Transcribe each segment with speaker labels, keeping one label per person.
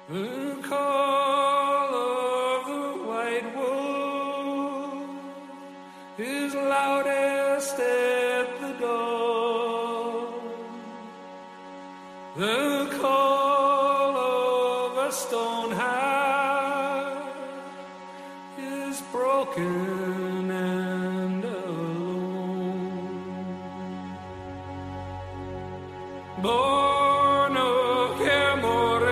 Speaker 1: The call of the white wolf is loudest at the dawn. The call of a stone heart is broken and alone. Born of Camore,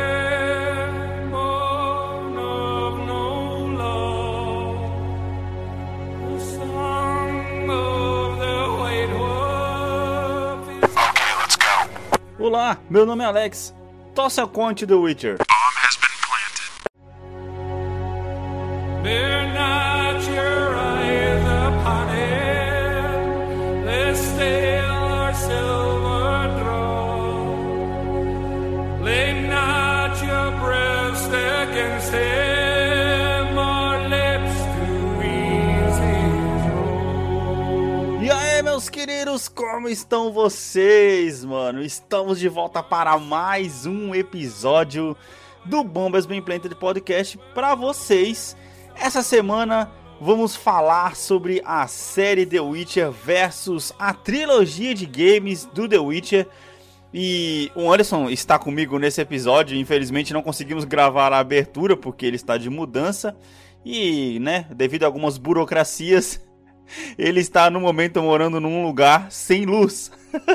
Speaker 1: born of no law, the song of the white wolf is...
Speaker 2: Okay, let's go.
Speaker 3: Olá, meu nome é Alex. Tosse a conte The Witcher.
Speaker 2: Bomb has been planted.
Speaker 1: Bear not your eyes upon it, lest stale or silver draw. Lay not your breast against him, or lips to easy draw.
Speaker 3: E aí, meus queridos, como estão vocês, mano? Estamos de volta para mais um episódio do Bombas Bem Planted Podcast para vocês. Essa semana vamos falar sobre a série The Witcher versus a trilogia de games do The Witcher. E o Anderson está comigo nesse episódio. Infelizmente não conseguimos gravar a abertura porque ele está de mudança. E, né, devido a algumas burocracias, ele está no momento morando num lugar sem luz.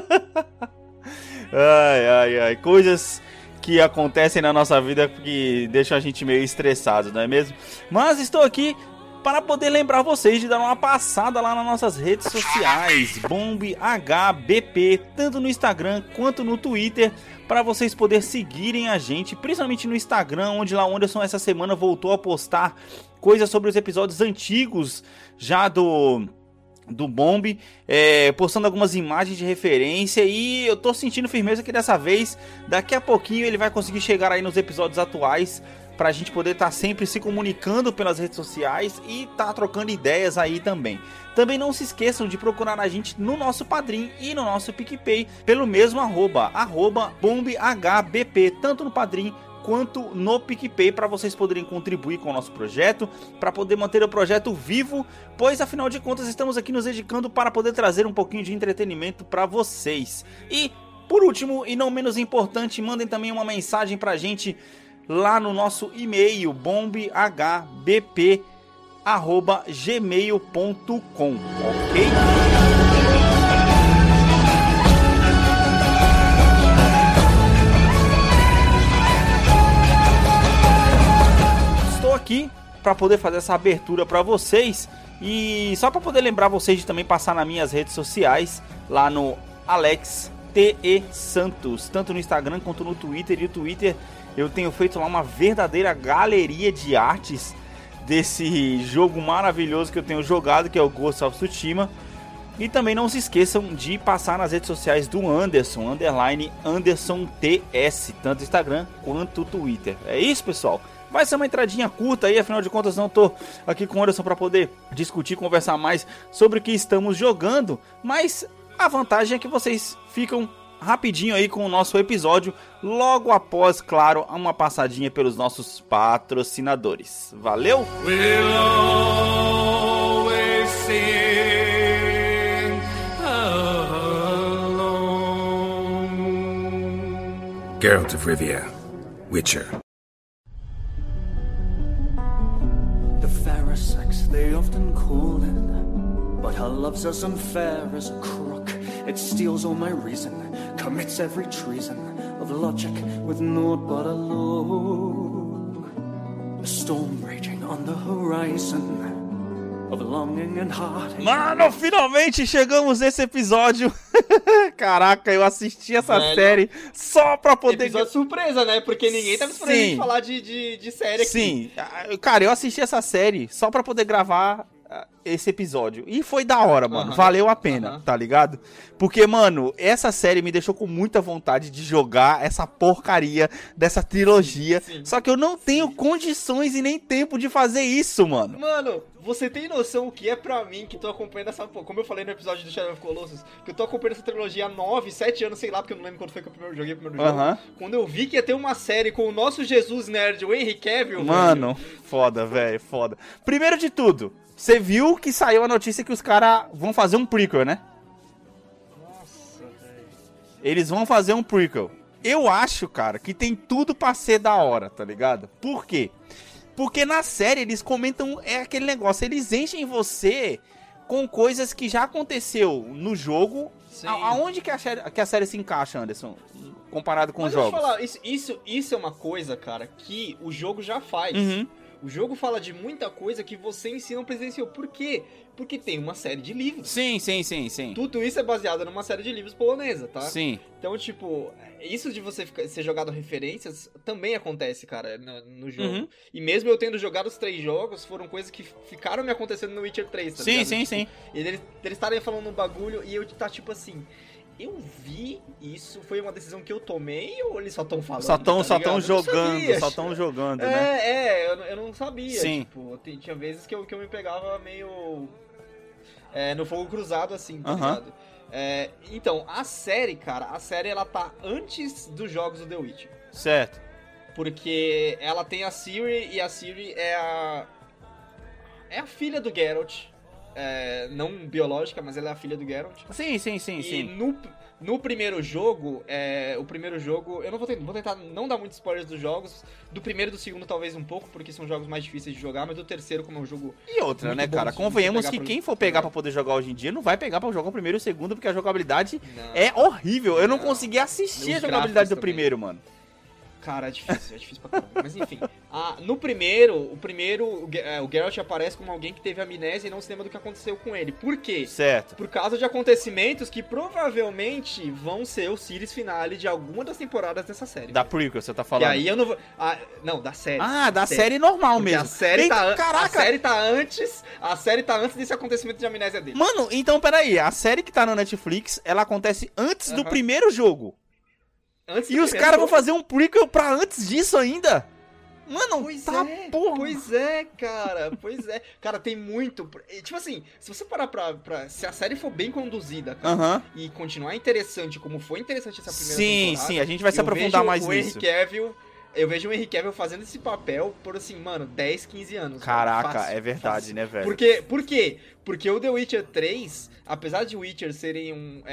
Speaker 3: Ai, coisas que acontecem na nossa vida que deixam a gente meio estressado, não é mesmo? Mas estou aqui para poder lembrar vocês de dar uma passada lá nas nossas redes sociais, BombHBP, tanto no Instagram quanto no Twitter, para vocês poderem seguirem a gente, principalmente no Instagram, onde lá o Anderson essa semana voltou a postar coisas sobre os episódios antigos já do Bomb, postando algumas imagens de referência, e eu tô sentindo firmeza que dessa vez, daqui a pouquinho ele vai conseguir chegar aí nos episódios atuais, pra gente poder estar sempre se comunicando pelas redes sociais e tá trocando ideias aí também. Também não se esqueçam de procurar a gente no nosso Padrim e no nosso PicPay, pelo mesmo arroba BombHBP, tanto no Padrim quanto no PicPay, para vocês poderem contribuir com o nosso projeto, para poder manter o projeto vivo, pois afinal de contas estamos aqui nos dedicando para poder trazer um pouquinho de entretenimento para vocês. E por último, e não menos importante, mandem também uma mensagem pra gente lá no nosso e-mail bombhbp@gmail.com, ok? Aqui para poder fazer essa abertura para vocês, e só para poder lembrar vocês de também passar nas minhas redes sociais, lá no Alex TE Santos, tanto no Instagram quanto no Twitter. E o Twitter eu tenho feito lá uma verdadeira galeria de artes desse jogo maravilhoso que eu tenho jogado, que é o Ghost of Tsushima. E também não se esqueçam de passar nas redes sociais do Anderson, _Anderson TS, tanto Instagram quanto Twitter. É isso, pessoal. Vai ser uma entradinha curta aí, afinal de contas não tô aqui com o Anderson para poder discutir, conversar mais sobre o que estamos jogando, mas a vantagem é que vocês ficam rapidinho aí com o nosso episódio, logo após, claro, uma passadinha pelos nossos patrocinadores. Valeu!
Speaker 1: We'll always sing alone.
Speaker 2: Geralt of Rivia, Witcher.
Speaker 4: Fairer sex they often call it, but her love's as unfair as a crook. It steals all my reason, commits every treason of logic with naught but a look. A storm raging on the horizon of longing and heart.
Speaker 3: Mano, finalmente chegamos nesse episódio. Caraca, eu assisti essa série só pra poder...
Speaker 5: Episódio surpresa, né? Porque ninguém tava esperando a gente falar de série aqui.
Speaker 3: Sim, cara, eu assisti essa série só pra poder gravar esse episódio. E foi da hora, mano.
Speaker 5: Aham.
Speaker 3: Valeu a pena,
Speaker 5: Aham.
Speaker 3: tá ligado? Porque, mano, essa série me deixou com muita vontade de jogar essa porcaria dessa trilogia.
Speaker 5: Sim.
Speaker 3: Só que eu não tenho condições e nem tempo de fazer isso, mano.
Speaker 5: Mano, você tem noção o que é pra mim que tô acompanhando essa... Pô, como eu falei no episódio do Shadow of Colossus, que eu tô acompanhando essa trilogia há 9, 7 anos, sei lá, porque eu não lembro quando foi que eu joguei o primeiro jogo.
Speaker 3: Aham.
Speaker 5: Quando eu vi que ia ter uma série com o nosso Jesus nerd, o Henry Cavill,
Speaker 3: Mano, foda, velho, foda. Primeiro de tudo, você viu que saiu a notícia que os caras vão fazer um prequel, né?
Speaker 5: Nossa, velho.
Speaker 3: Eles vão fazer um prequel. Eu acho, cara, que tem tudo pra ser da hora, tá ligado? Por quê? Porque na série eles comentam, é aquele negócio, eles enchem você com coisas que já aconteceu no jogo.
Speaker 5: Sim.
Speaker 3: Aonde que a série se encaixa, Anderson? Comparado com os
Speaker 5: Mas deixa eu
Speaker 3: jogos.
Speaker 5: falar, isso é uma coisa, cara, que o jogo já faz.
Speaker 3: Uhum.
Speaker 5: O jogo fala de muita coisa que você em si não presenciou. Por quê? Porque tem uma série de livros.
Speaker 3: Sim, sim, sim, sim.
Speaker 5: Tudo isso é baseado numa série de livros polonesa, tá?
Speaker 3: Sim.
Speaker 5: Então, tipo, isso de você ser jogado referências também acontece, cara, no jogo.
Speaker 3: Uhum.
Speaker 5: E mesmo eu tendo jogado os 3 jogos, foram coisas que ficaram me acontecendo no Witcher 3, tá
Speaker 3: Sim,
Speaker 5: ligado?
Speaker 3: sim,
Speaker 5: Tipo,
Speaker 3: sim.
Speaker 5: E eles estarem falando um bagulho e eu tá tipo assim... Eu vi isso, foi uma decisão que eu tomei ou eles só estão falando?
Speaker 3: Só tão
Speaker 5: tá ligado? Eu não
Speaker 3: jogando,
Speaker 5: sabia,
Speaker 3: só tão jogando, né?
Speaker 5: eu não sabia.
Speaker 3: Sim.
Speaker 5: Tipo, tinha vezes que eu me pegava meio no fogo cruzado, assim, tá
Speaker 3: Aham.
Speaker 5: ligado? Então, a série, cara, ela tá antes dos jogos do The Witcher.
Speaker 3: Certo.
Speaker 5: Porque ela tem a Ciri e a Ciri é a filha do Geralt. Não biológica, mas ela é a filha do Geralt.
Speaker 3: Sim, sim, sim,
Speaker 5: E
Speaker 3: sim.
Speaker 5: no primeiro jogo, eu não vou tentar não dar muitos spoilers dos jogos. Do primeiro e do segundo, talvez um pouco, porque são jogos mais difíceis de jogar, mas do terceiro, como é um jogo.
Speaker 3: E outra,
Speaker 5: muito
Speaker 3: né,
Speaker 5: bom
Speaker 3: cara?
Speaker 5: de
Speaker 3: Convenhamos
Speaker 5: pegar
Speaker 3: que
Speaker 5: pra-
Speaker 3: quem for pegar pra poder jogar hoje em dia não vai pegar pra jogar o primeiro e o segundo, porque a jogabilidade
Speaker 5: Não.
Speaker 3: é horrível. Eu não
Speaker 5: Não.
Speaker 3: consegui assistir
Speaker 5: Os
Speaker 3: a jogabilidade do
Speaker 5: gráficos
Speaker 3: primeiro, mano.
Speaker 5: Cara, é difícil pra caramba. Mas enfim, no primeiro, o Geralt aparece como alguém que teve amnésia e não se lembra do que aconteceu com ele. Por quê?
Speaker 3: Certo.
Speaker 5: Por causa de acontecimentos que provavelmente vão ser o series finale de alguma das temporadas dessa série.
Speaker 3: Da prequel, você tá
Speaker 5: E
Speaker 3: falando.
Speaker 5: aí eu não vou. Não, da série.
Speaker 3: Ah, da série normal
Speaker 5: Porque
Speaker 3: mesmo.
Speaker 5: a série,
Speaker 3: Eita,
Speaker 5: a
Speaker 3: caraca!
Speaker 5: série tá antes desse acontecimento de amnésia dele.
Speaker 3: Mano, então peraí, a série que tá no Netflix, ela acontece antes do
Speaker 5: Aham.
Speaker 3: primeiro jogo.
Speaker 5: Antes
Speaker 3: E
Speaker 5: do
Speaker 3: os
Speaker 5: primeiro
Speaker 3: caras vão
Speaker 5: jogo.
Speaker 3: fazer um prequel pra antes disso ainda? Mano,
Speaker 5: Pois
Speaker 3: tá porra.
Speaker 5: Pois é, cara. Pois é. Cara, tem muito. Tipo assim, se você parar pra. Se a série for bem conduzida, cara,
Speaker 3: Aham.
Speaker 5: e continuar interessante como foi interessante essa primeira
Speaker 3: Sim,
Speaker 5: temporada.
Speaker 3: sim, a gente vai se
Speaker 5: eu
Speaker 3: aprofundar
Speaker 5: vejo
Speaker 3: mais
Speaker 5: o
Speaker 3: nisso.
Speaker 5: Henry Cavill, eu vejo o Henry Cavill fazendo esse papel por assim, mano, 10, 15 anos.
Speaker 3: Caraca,
Speaker 5: Fácil,
Speaker 3: é verdade,
Speaker 5: fácil.
Speaker 3: né, velho?
Speaker 5: Por quê? Porque o The Witcher 3, apesar de Witcher serem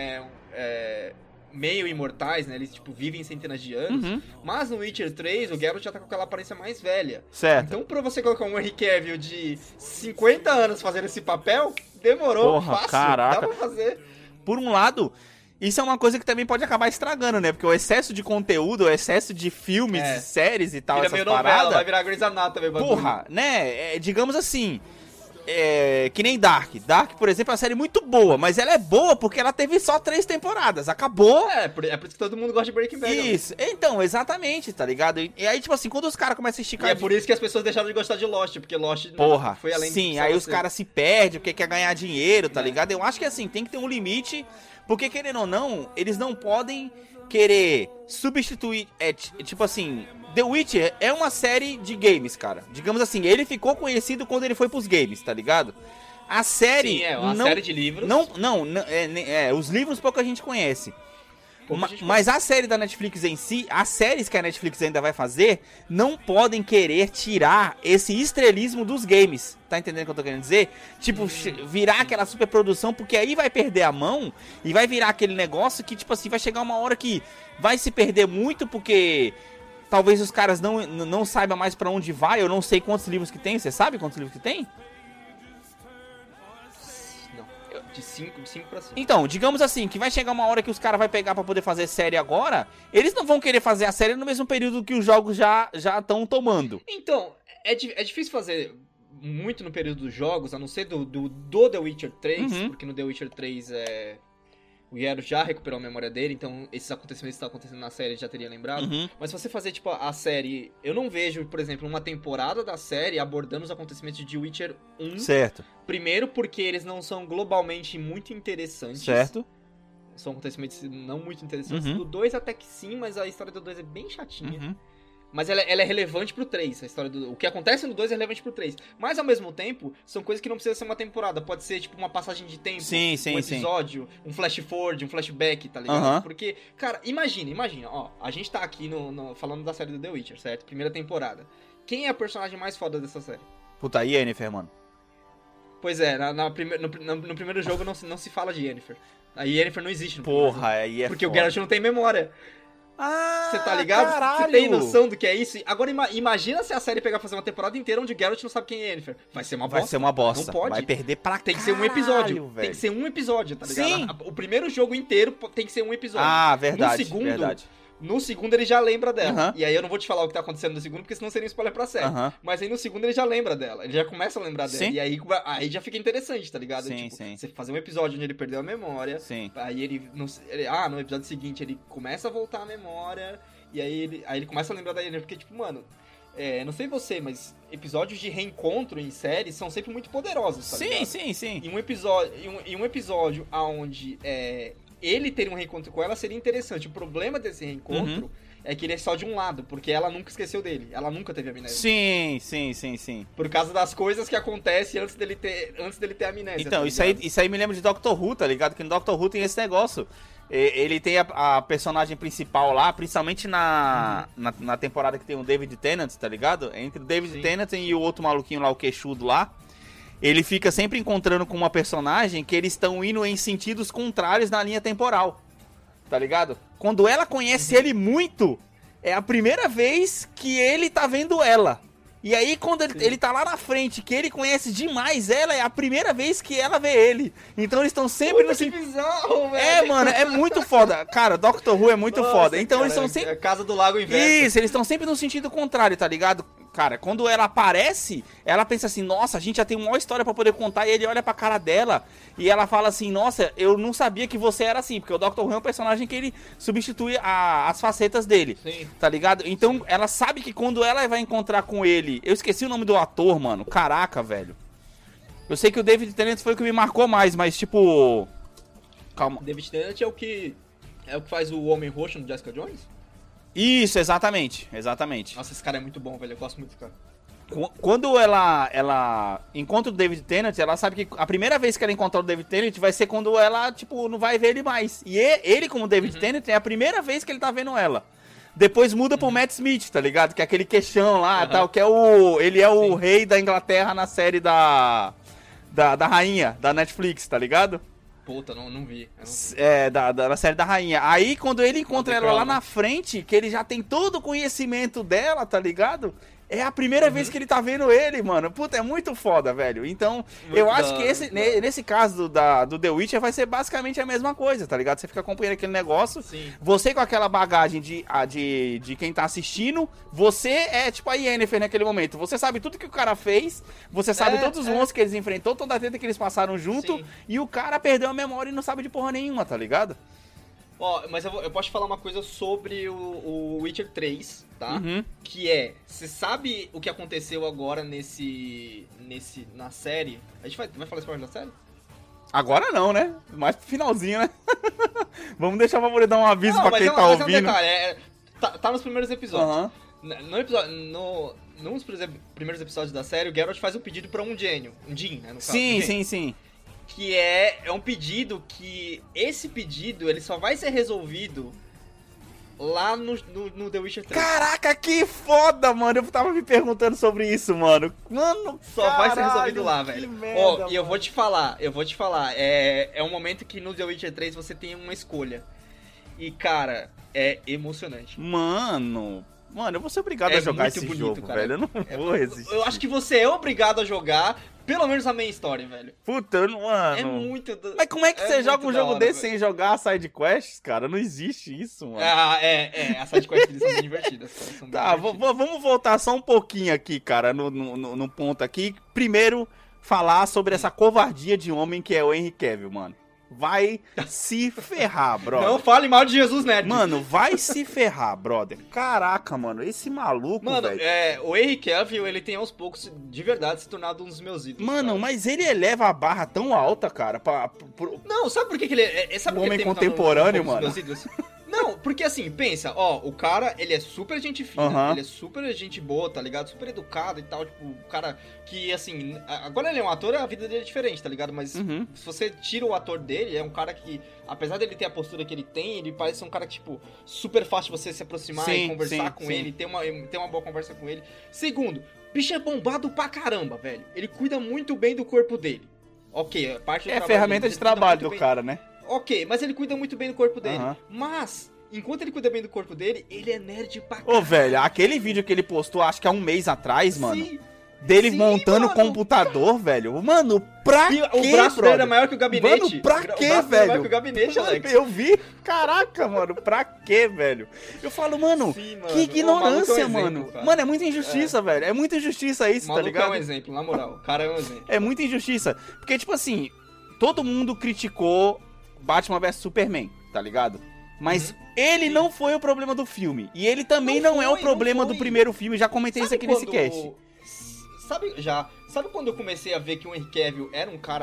Speaker 5: meio imortais, né? Eles, tipo, vivem centenas de anos.
Speaker 3: Uhum.
Speaker 5: Mas no Witcher 3, o Geralt já tá com aquela aparência mais velha.
Speaker 3: Certo.
Speaker 5: Então, pra você colocar um Henry Cavill de 50 anos fazendo esse papel, demorou,
Speaker 3: Porra,
Speaker 5: fácil.
Speaker 3: caraca.
Speaker 5: Dá pra fazer.
Speaker 3: Por um lado, isso é uma coisa que também pode acabar estragando, né? Porque o excesso de conteúdo, o excesso de filmes,
Speaker 5: É.
Speaker 3: de séries e tal,
Speaker 5: Vira
Speaker 3: essas
Speaker 5: meio novela,
Speaker 3: paradas.
Speaker 5: vai virar Grey's Anatomy, o bagulho.
Speaker 3: Porra, né? Digamos assim. Que nem Dark. Dark, por exemplo, é uma série muito boa, mas ela é boa porque ela teve só 3 temporadas. Acabou.
Speaker 5: É por isso que todo mundo gosta de Breaking Bad. né?
Speaker 3: Isso. Então, exatamente, tá ligado? E aí, tipo assim, quando os caras começam a
Speaker 5: E
Speaker 3: esticar.
Speaker 5: é por isso que as pessoas deixaram de gostar de Lost, porque Lost não
Speaker 3: Porra,
Speaker 5: foi além
Speaker 3: sim,
Speaker 5: de
Speaker 3: aí
Speaker 5: só
Speaker 3: os
Speaker 5: você.
Speaker 3: caras se perdem porque quer ganhar dinheiro, tá
Speaker 5: É.
Speaker 3: ligado? Eu acho que assim, tem que ter um limite, porque querendo ou não, eles não podem querer substituir, tipo assim, The Witcher é uma série de games, cara. Digamos assim, ele ficou conhecido quando ele foi pros games, tá ligado? A série
Speaker 5: Sim, uma
Speaker 3: não,
Speaker 5: série de livros.
Speaker 3: os livros pouca gente conhece.
Speaker 5: Pouca gente
Speaker 3: Mas a série da Netflix em si, as séries que a Netflix ainda vai fazer, não podem querer tirar esse estrelismo dos games. Tá entendendo o que eu tô querendo dizer? Tipo, virar aquela superprodução, porque aí vai perder a mão e vai virar aquele negócio que, tipo assim, vai chegar uma hora que vai se perder muito, porque talvez os caras não saibam mais pra onde vai. Eu não sei quantos livros que tem. Você sabe quantos livros que tem?
Speaker 5: Não, de 5 pra cima.
Speaker 3: Então, digamos assim, que vai chegar uma hora que os caras vão pegar pra poder fazer série agora, eles não vão querer fazer a série no mesmo período que os jogos já estão tomando.
Speaker 5: Então, é difícil fazer muito no período dos jogos, a não ser do The Witcher 3,
Speaker 3: Uhum.
Speaker 5: porque no The Witcher 3 o Geralt já recuperou a memória dele, então esses acontecimentos que estão acontecendo na série ele já teria lembrado. Mas se você fazer, tipo, a série... Eu não vejo, por exemplo, uma temporada da série abordando os acontecimentos de Witcher 1.
Speaker 3: Certo.
Speaker 5: Primeiro porque eles não são globalmente muito interessantes.
Speaker 3: Certo.
Speaker 5: São acontecimentos não muito interessantes.
Speaker 3: Uhum.
Speaker 5: Do 2 até que sim, mas a história do 2 é bem chatinha.
Speaker 3: Uhum.
Speaker 5: Mas ela é relevante pro 3, a história do... O que acontece no 2 é relevante pro 3. Mas, ao mesmo tempo, são coisas que não precisam ser uma temporada. Pode ser, tipo, uma passagem de tempo.
Speaker 3: Sim, sim,
Speaker 5: um episódio, um flash forward, um flashback, tá ligado?
Speaker 3: Aham.
Speaker 5: Porque, cara, imagina, ó. A gente tá aqui falando da série do The Witcher, certo? Primeira temporada. Quem é a personagem mais foda dessa série?
Speaker 3: Puta, e Yennefer, mano?
Speaker 5: Pois é, no primeiro jogo não se fala de Yennefer. A Yennefer não existe no primeiro jogo.
Speaker 3: Porra, aí é
Speaker 5: Porque o
Speaker 3: foda.
Speaker 5: Geralt não tem memória.
Speaker 3: Ah,
Speaker 5: Você tá ligado?
Speaker 3: caralho.
Speaker 5: Você tem noção do que é isso? Agora imagina se a série pegar fazer uma temporada inteira onde Geralt não sabe quem é Yennefer. Vai ser uma bosta.
Speaker 3: Vai ser uma bosta.
Speaker 5: Não pode.
Speaker 3: Vai perder pra
Speaker 5: Tem que ser um episódio.
Speaker 3: caralho,
Speaker 5: Tem
Speaker 3: velho.
Speaker 5: que ser um episódio, tá ligado?
Speaker 3: Sim.
Speaker 5: O primeiro jogo inteiro tem que ser um episódio.
Speaker 3: Ah, verdade,
Speaker 5: No segundo,
Speaker 3: verdade.
Speaker 5: No segundo ele já lembra dela.
Speaker 3: Aham.
Speaker 5: E aí eu não vou te falar o que tá acontecendo no segundo, porque senão seria um spoiler pra série.
Speaker 3: Aham.
Speaker 5: Mas aí no segundo ele já lembra dela. Ele já começa a lembrar dela.
Speaker 3: Sim.
Speaker 5: E aí já fica interessante, tá ligado?
Speaker 3: Sim,
Speaker 5: Tipo,
Speaker 3: sim.
Speaker 5: você fazer um episódio onde ele perdeu a memória.
Speaker 3: Sim.
Speaker 5: Aí no episódio seguinte ele começa a voltar a memória. E aí ele começa a lembrar da Yennefer. Porque, tipo, mano, não sei você, mas episódios de reencontro em séries são sempre muito poderosos, tá
Speaker 3: Sim,
Speaker 5: ligado?
Speaker 3: sim, sim.
Speaker 5: Em um episódio onde ele ter um reencontro com ela seria interessante. O problema desse reencontro é que ele é só de um lado, porque ela nunca esqueceu dele. Ela nunca teve amnésia.
Speaker 3: Sim, sim, sim, sim.
Speaker 5: Por causa das coisas que acontecem antes dele ter amnésia.
Speaker 3: Então,
Speaker 5: tá
Speaker 3: isso aí me lembra de Doctor Who, tá ligado? Que no Doctor Who tem esse negócio. Ele tem a personagem principal lá, principalmente na temporada que tem o David Tennant, tá ligado? Entre o David
Speaker 5: Sim.
Speaker 3: Tennant e o outro maluquinho lá, o queixudo lá. Ele fica sempre encontrando com uma personagem que eles estão indo em sentidos contrários na linha temporal. Tá ligado? Quando ela conhece ele muito, é a primeira vez que ele tá vendo ela. E aí, quando ele tá lá na frente, que ele conhece demais ela, é a primeira vez que ela vê ele. Então eles estão sempre no
Speaker 5: Que
Speaker 3: sentido.
Speaker 5: bizarro, velho.
Speaker 3: É, mano, é muito foda. Cara, Doctor Who é muito
Speaker 5: Nossa,
Speaker 3: foda. Então
Speaker 5: cara,
Speaker 3: eles estão sempre.
Speaker 5: É Casa do Lago Inverso.
Speaker 3: Isso, eles estão sempre no sentido contrário, tá ligado? Cara, quando ela aparece, ela pensa assim, nossa, a gente já tem uma história pra poder contar, e ele olha pra cara dela, e ela fala assim, nossa, eu não sabia que você era assim, porque o Dr. Who é um personagem que ele substitui as facetas dele,
Speaker 5: Sim.
Speaker 3: tá ligado? Então, ela sabe que quando ela vai encontrar com ele, eu esqueci o nome do ator, mano, caraca, velho. Eu sei que o David Tennant foi o que me marcou mais, mas tipo... Calma.
Speaker 5: David Tennant é o que faz o Homem Roxo no Jessica Jones?
Speaker 3: Isso, exatamente, exatamente.
Speaker 5: Nossa, esse cara é muito bom, velho. Eu gosto muito desse cara.
Speaker 3: Quando ela encontra o David Tennant, ela sabe que a primeira vez que ela encontrar o David Tennant vai ser quando ela, tipo, não vai ver ele mais. E ele, como David Tennant, é a primeira vez que ele tá vendo ela. Depois muda pro Matt Smith, tá ligado? Que é aquele queixão lá, tal, que é ele é o rei da Inglaterra na série da rainha, da Netflix, tá ligado?
Speaker 5: Puta, não vi.
Speaker 3: Na série da rainha. Aí, quando ele encontra ela lá na frente, que ele já tem todo o conhecimento dela, tá ligado? É a primeira vez que ele tá vendo ele, mano. Puta, é muito foda, velho. Então, eu acho que nesse caso do The Witcher vai ser basicamente a mesma coisa, tá ligado? Você fica acompanhando aquele negócio.
Speaker 5: Sim.
Speaker 3: Você com aquela bagagem de quem tá assistindo, você é tipo a Yennefer naquele momento. Você sabe tudo que o cara fez, você sabe todos os monstros que eles enfrentou, toda a treta que eles passaram junto,
Speaker 5: Sim.
Speaker 3: e o cara perdeu a memória e não sabe de porra nenhuma, tá ligado?
Speaker 5: Ó, mas eu posso te falar uma coisa sobre o Witcher 3, tá?
Speaker 3: Uhum.
Speaker 5: Que é, você sabe o que aconteceu agora na série? A gente vai falar spoiler da série?
Speaker 3: Agora não, né? Mais pro finalzinho, né? Vamos deixar pra poder dar um aviso pra quem tá
Speaker 5: mas
Speaker 3: ouvindo.
Speaker 5: É um detalhe, tá nos primeiros episódios.
Speaker 3: Aham.
Speaker 5: Nos primeiros episódios da série, o Geralt faz um pedido pra um Jin, né? No caso,
Speaker 3: Sim,
Speaker 5: Jin.
Speaker 3: sim, sim.
Speaker 5: Que é um pedido que... Esse pedido, ele só vai ser resolvido lá no The Witcher 3.
Speaker 3: Caraca, que foda, mano. Eu tava me perguntando sobre isso, mano. Mano,
Speaker 5: Só vai ser
Speaker 3: caralho,
Speaker 5: resolvido lá,
Speaker 3: que
Speaker 5: velho.
Speaker 3: merda,
Speaker 5: Ó, e eu
Speaker 3: mano.
Speaker 5: vou te falar. É um momento que no The Witcher 3 você tem uma escolha. E, cara, é emocionante.
Speaker 3: Mano, eu vou ser obrigado a jogar
Speaker 5: muito
Speaker 3: esse
Speaker 5: bonito,
Speaker 3: jogo,
Speaker 5: cara.
Speaker 3: velho. Eu não vou resistir.
Speaker 5: Eu acho que você é obrigado a jogar, pelo menos a main story, velho.
Speaker 3: Puta, eu não, mano.
Speaker 5: É muito...
Speaker 3: Mas como é que você joga um
Speaker 5: muito da
Speaker 3: jogo
Speaker 5: hora,
Speaker 3: desse
Speaker 5: velho.
Speaker 3: sem jogar side quests, cara? Não existe isso, mano.
Speaker 5: As sidequests são bem divertidas. Cara, são bem
Speaker 3: Tá,
Speaker 5: divertidas.
Speaker 3: vamos voltar só um pouquinho aqui, cara, no ponto aqui. Primeiro, falar sobre essa covardia de homem que é o Henry Cavill, mano. vai se ferrar, brother.
Speaker 5: Não fale mal de Jesus Nerd.
Speaker 3: Mano, vai se ferrar, brother. Caraca, mano, esse maluco,
Speaker 5: Mano,
Speaker 3: velho.
Speaker 5: o Henry Cavill, ele tem aos poucos, de verdade, se tornado um dos meus ídolos.
Speaker 3: Mano,
Speaker 5: cara.
Speaker 3: mas ele eleva a barra tão alta, cara,
Speaker 5: Não, sabe por que ele sabe
Speaker 3: O
Speaker 5: por que
Speaker 3: homem
Speaker 5: ele tem
Speaker 3: contemporâneo,
Speaker 5: um dos
Speaker 3: mano.
Speaker 5: meus ídolos? Não, porque assim, pensa, ó, o cara, ele é super gente fina,
Speaker 3: Aham.
Speaker 5: ele é super gente boa, tá ligado? Super educado e tal, tipo, o cara que, assim, agora ele é um ator, a vida dele é diferente, tá ligado? Mas
Speaker 3: Uhum.
Speaker 5: se você tira o ator dele, é um cara que, apesar dele ter a postura que ele tem, ele parece um cara que, tipo, super fácil de você se aproximar
Speaker 3: Sim,
Speaker 5: e conversar
Speaker 3: sim,
Speaker 5: com
Speaker 3: sim.
Speaker 5: ele, ter uma boa conversa com ele. Segundo, bicho é bombado pra caramba, velho. Ele cuida muito bem do corpo dele. Ok, a parte do
Speaker 3: é
Speaker 5: trabalho
Speaker 3: ferramenta
Speaker 5: dele,
Speaker 3: de
Speaker 5: ele cuida
Speaker 3: trabalho
Speaker 5: muito
Speaker 3: do
Speaker 5: bem.
Speaker 3: cara, né?
Speaker 5: Ok, mas ele cuida muito bem do corpo dele.
Speaker 3: Aham.
Speaker 5: Mas, enquanto ele cuida bem do corpo dele, ele é nerd pra
Speaker 3: Ô,
Speaker 5: caralho.
Speaker 3: velho, aquele vídeo que ele postou, acho que há um mês atrás, mano,
Speaker 5: Sim.
Speaker 3: dele
Speaker 5: sim,
Speaker 3: montando o
Speaker 5: mano.
Speaker 3: computador, velho. Mano, pra
Speaker 5: E
Speaker 3: quê,
Speaker 5: o braço
Speaker 3: brother?
Speaker 5: dele é maior que o gabinete.
Speaker 3: Mano, pra
Speaker 5: O
Speaker 3: quê,
Speaker 5: braço dele é
Speaker 3: velho?
Speaker 5: maior que o gabinete,
Speaker 3: Mano,
Speaker 5: Alex.
Speaker 3: eu vi. Caraca, mano, pra quê, velho? Eu falo, mano,
Speaker 5: Sim, mano.
Speaker 3: que
Speaker 5: O maluco é um
Speaker 3: ignorância,
Speaker 5: exemplo,
Speaker 3: mano.
Speaker 5: cara.
Speaker 3: Mano, é muita injustiça, velho. É muita injustiça isso,
Speaker 5: O
Speaker 3: tá
Speaker 5: maluco
Speaker 3: ligado?
Speaker 5: é um exemplo, na moral. O cara é um exemplo.
Speaker 3: É muita injustiça. Porque, tipo assim, todo mundo criticou Batman vs Superman, tá ligado? Mas ele
Speaker 5: Sim.
Speaker 3: não foi o problema do filme. E ele também
Speaker 5: Não
Speaker 3: não, é o
Speaker 5: foi,
Speaker 3: problema
Speaker 5: não
Speaker 3: do
Speaker 5: foi.
Speaker 3: primeiro filme. Já comentei isso aqui nesse cast.
Speaker 5: Sabe quando eu comecei a ver que o Henry Cavill era um cara,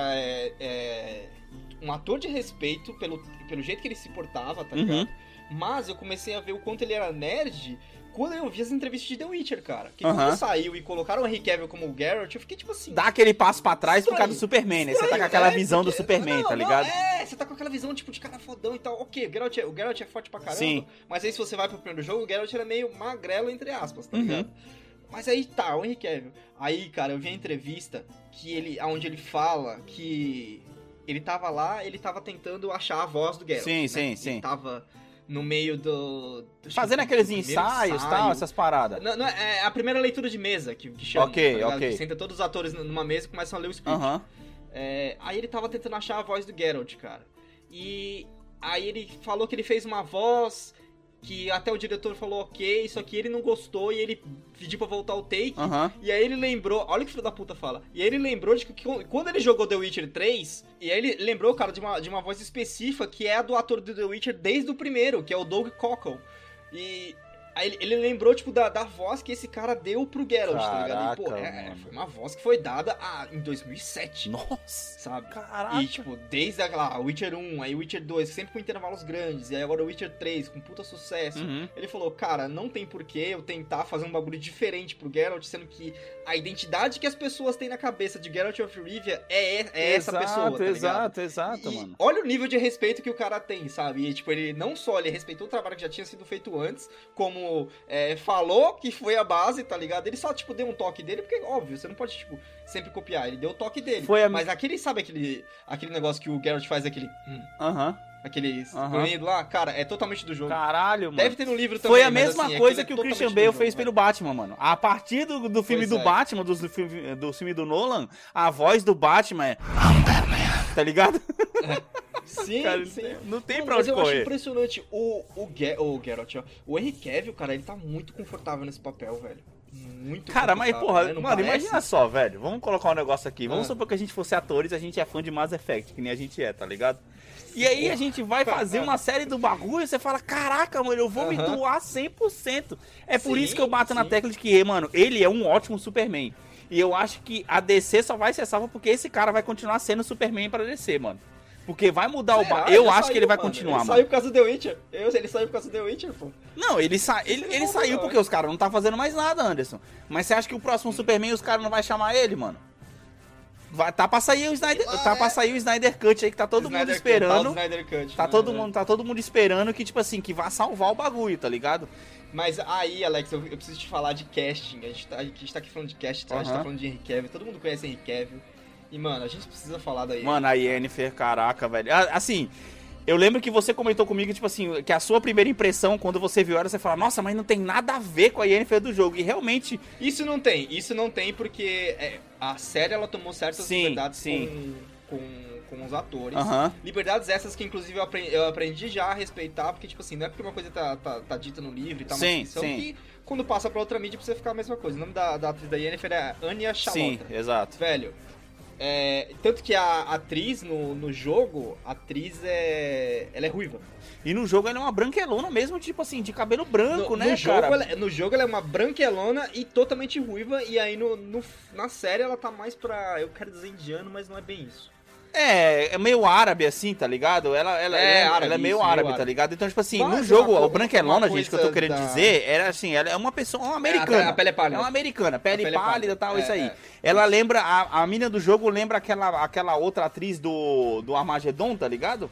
Speaker 5: um ator de respeito pelo jeito que ele se portava, tá
Speaker 3: Uhum.
Speaker 5: ligado? Mas eu comecei a ver o quanto ele era nerd quando eu vi as entrevistas de The Witcher, cara. Que
Speaker 3: Aham.
Speaker 5: quando saiu e colocaram o Henry Cavill como o Geralt, eu fiquei tipo assim...
Speaker 3: Dá aquele passo pra trás por causa do
Speaker 5: Estranho.
Speaker 3: Superman, né? Você tá com
Speaker 5: Estranho,
Speaker 3: aquela
Speaker 5: é,
Speaker 3: visão do
Speaker 5: porque-
Speaker 3: Superman,
Speaker 5: não,
Speaker 3: tá
Speaker 5: não,
Speaker 3: ligado?
Speaker 5: você tá com aquela visão, tipo, de cara fodão e tal. Ok, o Geralt é forte pra caramba.
Speaker 3: Sim.
Speaker 5: Mas aí se você vai pro primeiro jogo, o Geralt era meio magrelo, entre aspas, tá
Speaker 3: Uhum.
Speaker 5: ligado? Mas aí tá, o Henry Cavill. Aí, cara, eu vi a entrevista onde ele fala que ele tava lá, ele tava tentando achar a voz do Geralt.
Speaker 3: Sim,
Speaker 5: né?
Speaker 3: sim, sim.
Speaker 5: Ele tava no meio do
Speaker 3: Fazendo aqueles
Speaker 5: primeiro
Speaker 3: ensaios e tal, essas paradas.
Speaker 5: Não, é a primeira leitura de mesa que chama.
Speaker 3: Ok,
Speaker 5: tá ligado?
Speaker 3: ok.
Speaker 5: Que senta todos os atores numa mesa e começam a ler o script.
Speaker 3: Aham.
Speaker 5: Aí ele tava tentando achar a voz do Geralt, cara. E aí ele falou que ele fez uma voz que até o diretor falou ok, só que ele não gostou e ele pediu pra voltar o take.
Speaker 3: Aham.
Speaker 5: E aí ele lembrou, olha o que o filho da puta fala. E aí ele lembrou de que quando ele jogou The Witcher 3, e aí ele lembrou, cara, de uma voz específica que é a do ator do The Witcher desde o primeiro, que é o Doug Cockle. E aí ele lembrou, tipo, da voz que esse cara deu pro Geralt, tá ligado? E, pô,
Speaker 3: Caraca, mano.
Speaker 5: foi uma voz que foi dada em 2007.
Speaker 3: Nossa.
Speaker 5: Sabe?
Speaker 3: Caraca.
Speaker 5: E, tipo, desde aquela Witcher 1, aí Witcher 2, sempre com intervalos grandes, e aí agora o Witcher 3, com puta sucesso.
Speaker 3: Uhum.
Speaker 5: Ele falou, cara, não tem porquê eu tentar fazer um bagulho diferente pro Geralt, sendo que a identidade que as pessoas têm na cabeça de Geralt of Rivia é essa pessoa, tá ligado?
Speaker 3: Exato,
Speaker 5: E
Speaker 3: mano.
Speaker 5: olha o nível de respeito que o cara tem, sabe? E, tipo, ele não só ele respeitou o trabalho que já tinha sido feito antes, como falou que foi a base, tá ligado? Ele só, tipo, deu um toque dele, porque, óbvio, você não pode, tipo, sempre copiar. Ele deu o toque dele. Mas sabe aquele negócio que o Geralt faz, aquele
Speaker 3: Aham.
Speaker 5: sonido lá? Cara, é totalmente do jogo.
Speaker 3: Caralho, mano.
Speaker 5: Deve ter no livro também.
Speaker 3: Foi a
Speaker 5: mas,
Speaker 3: mesma
Speaker 5: assim,
Speaker 3: coisa
Speaker 5: aquilo
Speaker 3: que
Speaker 5: é
Speaker 3: o Christian
Speaker 5: totalmente
Speaker 3: Bale
Speaker 5: do jogo,
Speaker 3: fez
Speaker 5: velho.
Speaker 3: pelo Batman, mano. A partir do filme
Speaker 5: Pois
Speaker 3: do
Speaker 5: é.
Speaker 3: Batman, do filme do Nolan, a voz do Batman é... Tá ligado?
Speaker 5: Sim,
Speaker 3: Cara,
Speaker 5: sim.
Speaker 3: não tem
Speaker 5: Mano,
Speaker 3: pra
Speaker 5: mas
Speaker 3: onde
Speaker 5: eu acho
Speaker 3: correr.
Speaker 5: impressionante o Geralt, ó. O Henry Cavill, cara, ele tá muito confortável nesse papel, velho. Muito
Speaker 3: Cara, mas
Speaker 5: confortável,
Speaker 3: porra,
Speaker 5: né? Não
Speaker 3: mano,
Speaker 5: parece?
Speaker 3: imagina só, velho. Vamos colocar um negócio aqui. Vamos
Speaker 5: Ah.
Speaker 3: supor que a gente fosse atores e a gente é fã de Mass Effect, que nem a gente é, tá ligado? E aí a gente vai fazer uma série do bagulho e você fala, caraca, mano, eu vou me
Speaker 5: Aham.
Speaker 3: doar 100%. É por
Speaker 5: Sim,
Speaker 3: isso que eu bato na
Speaker 5: sim.
Speaker 3: tecla de que, mano, ele é um ótimo Superman. E eu acho que a DC só vai ser salva porque esse cara vai continuar sendo Superman pra DC, mano. Porque vai mudar
Speaker 5: Será?
Speaker 3: Eu
Speaker 5: Já
Speaker 3: acho que
Speaker 5: saiu,
Speaker 3: ele vai
Speaker 5: mano.
Speaker 3: continuar,
Speaker 5: Ele
Speaker 3: mano.
Speaker 5: saiu por causa do The Witcher. Ele saiu por causa do The Witcher, pô.
Speaker 3: Não, ele
Speaker 5: não
Speaker 3: saiu
Speaker 5: não,
Speaker 3: porque
Speaker 5: é.
Speaker 3: os caras não tá fazendo mais nada, Anderson. Mas você acha que o próximo Superman os caras não vai chamar ele, mano? Tá pra sair o Snyder, o Snyder Cut aí que tá todo mundo
Speaker 5: Snyder Cut,
Speaker 3: esperando.
Speaker 5: tal do Snyder Cut,
Speaker 3: Tá
Speaker 5: né?
Speaker 3: todo mundo esperando que, tipo assim, que vá salvar o bagulho, tá ligado?
Speaker 5: Mas aí, Alex, eu preciso te falar de casting. A gente tá aqui falando de casting, a gente tá
Speaker 3: Aham.
Speaker 5: falando de Henry Cavill. Todo mundo conhece Henry Cavill. E, mano, a gente precisa falar daí.
Speaker 3: Mano, a Yennefer, caraca, velho. Assim, eu lembro que você comentou comigo, tipo assim, que a sua primeira impressão, quando você viu ela, você fala, nossa, mas não tem nada a ver com a Yennefer do jogo. E realmente,
Speaker 5: Isso não tem porque a série ela tomou certas
Speaker 3: Sim,
Speaker 5: liberdades
Speaker 3: sim.
Speaker 5: com os atores.
Speaker 3: Aham.
Speaker 5: Liberdades essas que, inclusive, eu aprendi já a respeitar, porque, tipo assim, não é porque uma coisa tá dita no livro e tá uma
Speaker 3: Sim,
Speaker 5: descrição
Speaker 3: sim.
Speaker 5: que quando passa pra outra mídia precisa ficar a mesma coisa. O nome da atriz da Yennefer é Anya
Speaker 3: sim,
Speaker 5: Shalota.
Speaker 3: exato.
Speaker 5: Velho, Tanto que a atriz no jogo, ela é ruiva.
Speaker 3: E no jogo ela é uma branquelona mesmo, tipo assim, de cabelo branco, né, cara?
Speaker 5: No jogo ela é uma branquelona e totalmente ruiva, e aí na série ela tá mais pra, eu quero dizer indiano, mas não é bem isso.
Speaker 3: É meio árabe assim, tá ligado? Ela é meio árabe, tá ligado? Então, tipo assim, no jogo, o branquelona, gente, que eu tô querendo dizer, era assim, ela é uma pessoa, uma americana.
Speaker 5: A pele é pálida.
Speaker 3: É uma americana, pele pálida e tal, isso aí.
Speaker 5: É.
Speaker 3: Ela lembra, a mina do jogo lembra aquela outra atriz do Armageddon, tá ligado?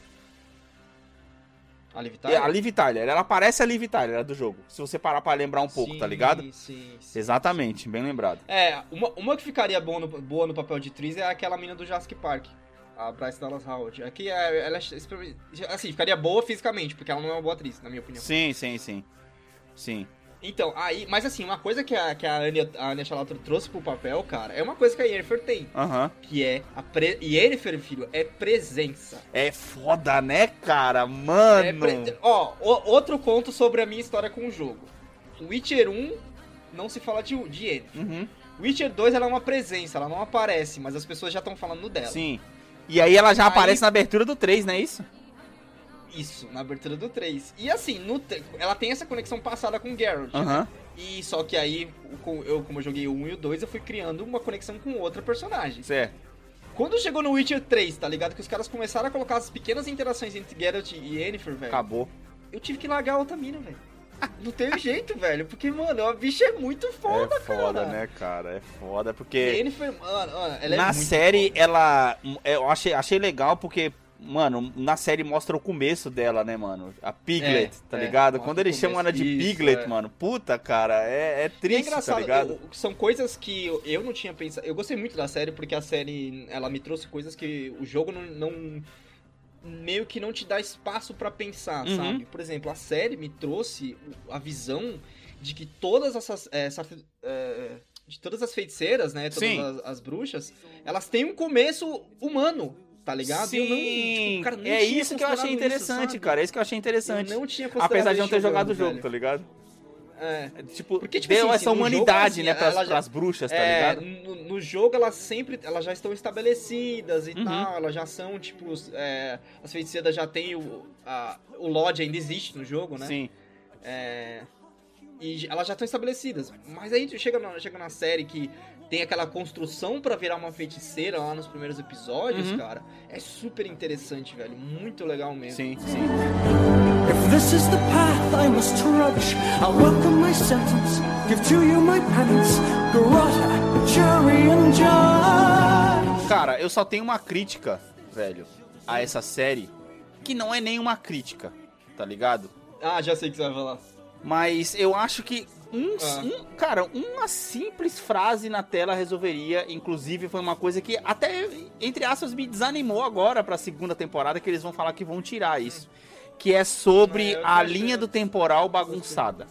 Speaker 5: A Liv Tyler?
Speaker 3: A Liv Tyler, ela parece a Liv Tyler, do jogo. Se você parar pra lembrar um pouco, tá ligado?
Speaker 5: Sim.
Speaker 3: Exatamente, bem lembrado.
Speaker 5: Uma que ficaria boa no papel de atriz é aquela mina do Jurassic Park. A Bryce Dallas Howard. Aqui ela assim, ficaria boa fisicamente, porque ela não é uma boa atriz, na minha opinião.
Speaker 3: Sim.
Speaker 5: Então, mas assim, uma coisa que a Anya Chalamet trouxe pro papel, cara, é uma coisa que a Yennefer tem. Que é Yennefer, filho, é presença.
Speaker 3: É foda, né, cara? Mano.
Speaker 5: Outro ponto sobre a minha história com o jogo. Witcher 1 não se fala de Yennefer. Witcher 2 ela é uma presença, ela não aparece, mas as pessoas já estão falando dela.
Speaker 3: Sim. E aí ela já aparece na abertura do 3, não é isso?
Speaker 5: Isso, na abertura do 3. E assim, ela tem essa conexão passada com o Geralt, né? E só que aí, como eu joguei o 1 e o 2, eu fui criando uma conexão com outra personagem.
Speaker 3: Certo.
Speaker 5: Quando chegou no Witcher 3, tá ligado? Que os caras começaram a colocar as pequenas interações entre Geralt e Yennefer, velho.
Speaker 3: Acabou.
Speaker 5: Eu tive que largar a outra mina, velho. Não teve jeito, velho. Porque, mano, a bicha é muito foda, cara.
Speaker 3: É foda, né, cara? É foda, porque...
Speaker 5: Yennefer, mano, ela é
Speaker 3: na
Speaker 5: muito
Speaker 3: série,
Speaker 5: foda.
Speaker 3: ela... Eu achei legal porque... Mano, na série mostra o começo dela, né, mano? A Piglet, tá ligado? Quando eles chamam ela de Piglet, mano, puta, cara, é triste,
Speaker 5: engraçado,
Speaker 3: tá ligado?
Speaker 5: São coisas que eu não tinha pensado. Eu gostei muito da série porque a série, ela me trouxe coisas que o jogo não meio que não te dá espaço pra pensar, sabe? Por exemplo, a série me trouxe a visão de que todas de todas as feiticeiras, né, todas as bruxas, elas têm um começo humano. Tá ligado?
Speaker 3: Sim,
Speaker 5: cara, não
Speaker 3: é
Speaker 5: tinha
Speaker 3: isso que eu achei interessante,
Speaker 5: isso,
Speaker 3: cara. É isso que eu achei interessante.
Speaker 5: Eu não tinha considerado.
Speaker 3: Apesar de não ter jogado o
Speaker 5: velho.
Speaker 3: jogo, tá ligado? Tipo,
Speaker 5: porque, tipo
Speaker 3: deu
Speaker 5: assim,
Speaker 3: essa
Speaker 5: no
Speaker 3: humanidade,
Speaker 5: jogo,
Speaker 3: né,
Speaker 5: assim,
Speaker 3: pras bruxas, tá ligado?
Speaker 5: No jogo, elas já estão estabelecidas e tal. Elas já são, tipo, as feiticeiras já tem o Lodge ainda existe no jogo, né?
Speaker 3: Sim.
Speaker 5: E elas já estão estabelecidas. Mas aí chega na série que tem aquela construção pra virar uma feiticeira lá nos primeiros episódios, cara. É super interessante, velho. Muito legal mesmo.
Speaker 3: Sim.
Speaker 4: If this is the path I must trudge, I'll welcome my sentence, give to you my penance, garrote, jury and judge.
Speaker 3: Cara, eu só tenho uma crítica, velho, a essa série, que não é nenhuma crítica, tá ligado?
Speaker 5: Já sei o que você vai falar.
Speaker 3: Mas eu acho que uma simples frase na tela resolveria. Inclusive foi uma coisa que até, entre aspas, me desanimou agora pra segunda temporada, que eles vão falar que vão tirar isso. Que é sobre a linha do temporal bagunçada.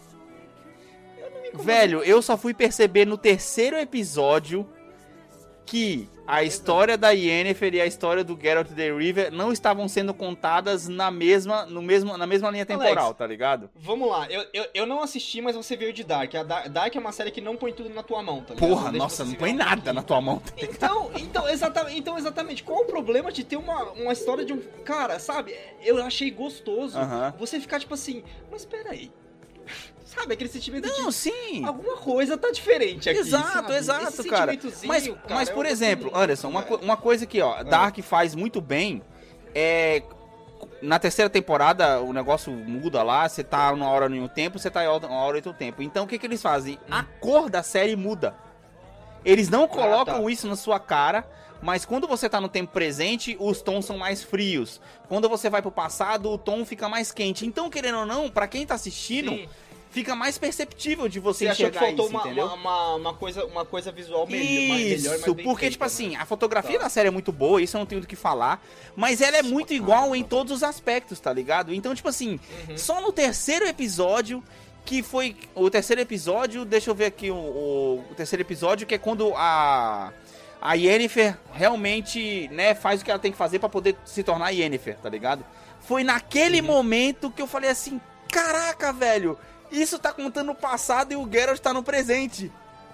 Speaker 3: Velho, eu só fui perceber no terceiro episódio que a história da Yennefer e a história do Geralt de Rivia não estavam sendo contadas na mesma linha temporal, Alex, tá ligado?
Speaker 5: Vamos lá, eu não assisti, mas você veio de Dark. Dark é uma série que não põe tudo na tua mão, tá ligado?
Speaker 3: Porra, nossa, não põe nada na tua mão. Tá
Speaker 5: então, exatamente, qual o problema de ter uma história de um... Cara, sabe, eu achei gostoso você ficar tipo assim, mas peraí... Sabe, aquele sentimento
Speaker 3: de... sim.
Speaker 5: Alguma coisa tá diferente aqui,
Speaker 3: Exato, cara. Mas, por exemplo, Anderson, uma coisa que, Dark faz muito bem é... Na terceira temporada, o negócio muda lá, você tá uma hora em um tempo, você tá em uma hora em outro tempo. Então, o que eles fazem? A cor da série muda. Eles não colocam isso na sua cara, mas quando você tá no tempo presente, os tons são mais frios. Quando você vai pro passado, o tom fica mais quente. Então, querendo ou não, pra quem tá assistindo... Fica mais perceptível de você enxergar isso,
Speaker 5: achou que faltou uma coisa visual melhor,
Speaker 3: isso, porque, tipo assim, a fotografia da série é muito boa, isso eu não tenho do que falar, mas ela é muito igual em todos os aspectos, tá ligado? Então, tipo assim, só no terceiro episódio, que foi... O terceiro episódio, deixa eu ver aqui o terceiro episódio, que é quando a Yennefer realmente, né, faz o que ela tem que fazer pra poder se tornar Yennefer, tá ligado? Foi naquele momento que eu falei assim, caraca, velho... Isso tá contando o passado e o Geralt tá no presente.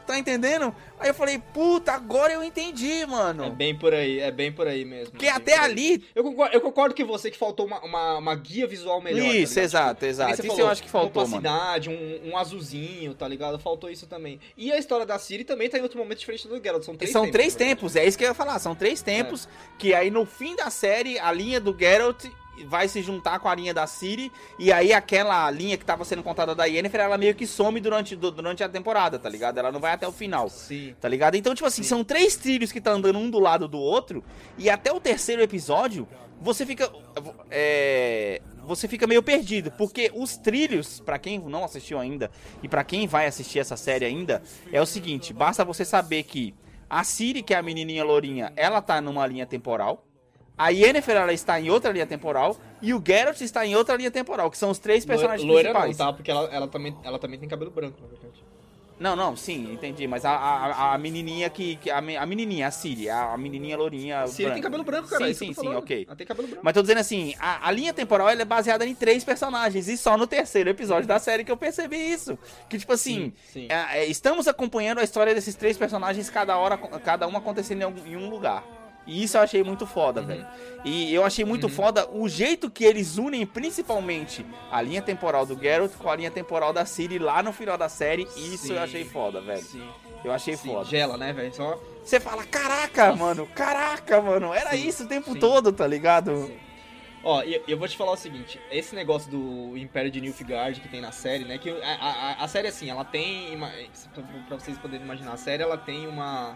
Speaker 3: Tá entendendo? Aí eu falei, puta, agora eu entendi, mano.
Speaker 5: É bem por aí mesmo.
Speaker 3: Porque até ali...
Speaker 5: Eu concordo que você que faltou uma guia visual melhor.
Speaker 3: Isso,
Speaker 5: tá ligado?
Speaker 3: exato.
Speaker 5: Tipo,
Speaker 3: Isso eu acho que faltou,
Speaker 5: uma
Speaker 3: mano.
Speaker 5: opacidade, um azulzinho, tá ligado? Faltou isso também. E a história da Ciri também tá em outro momento diferente do Geralt. São três
Speaker 3: tempos, é isso que eu ia falar. São 3 tempos que aí no fim da série, a linha do Geralt vai se juntar com a linha da Ciri, e aí aquela linha que tava sendo contada da Yennefer, ela meio que some durante a temporada, tá ligado? Ela não vai até o final,
Speaker 5: Sim.
Speaker 3: tá ligado? Então, tipo assim, são 3 trilhos que tá andando um do lado do outro, e até o terceiro episódio, você fica meio perdido, porque os trilhos, pra quem não assistiu ainda, e pra quem vai assistir essa série ainda, é o seguinte, basta você saber que a Ciri, que é a menininha lourinha, ela tá numa linha temporal, a Yennefer, ela está em outra linha temporal, e o Geralt está em outra linha temporal, que são os 3 personagens
Speaker 5: Loira
Speaker 3: principais.
Speaker 5: não, tá? Porque ela também tem cabelo branco, na verdade.
Speaker 3: Não, sim, entendi, mas a menininha a menininha, a Ciri, a menininha lourinha
Speaker 5: A Ciri
Speaker 3: branca.
Speaker 5: tem cabelo branco, cara.
Speaker 3: Sim,
Speaker 5: isso que eu tô falando.
Speaker 3: ok.
Speaker 5: Ela tem cabelo branco.
Speaker 3: Mas tô dizendo assim, a linha temporal ela é baseada em 3 personagens, e só no terceiro episódio da série que eu percebi isso. Que tipo assim,
Speaker 5: Sim.
Speaker 3: estamos acompanhando a história desses 3 personagens, cada um acontecendo em um lugar. E isso eu achei muito foda, velho. E eu achei muito foda o jeito que eles unem principalmente a linha temporal do Geralt com a linha temporal da Ciri lá no final da série. Isso
Speaker 5: Sim.
Speaker 3: eu achei foda, velho.
Speaker 5: Sim.
Speaker 3: Eu achei
Speaker 5: Sim,
Speaker 3: foda.
Speaker 5: gela, né, velho? Só...
Speaker 3: Você fala, caraca, mano, era
Speaker 5: Sim,
Speaker 3: isso o tempo
Speaker 5: sim.
Speaker 3: todo, tá ligado?
Speaker 5: Sim. Ó, e eu vou te falar o seguinte, esse negócio do Império de Nilfgaard que tem na série, né, que a série, assim, ela tem, pra vocês poderem imaginar, a série, ela tem uma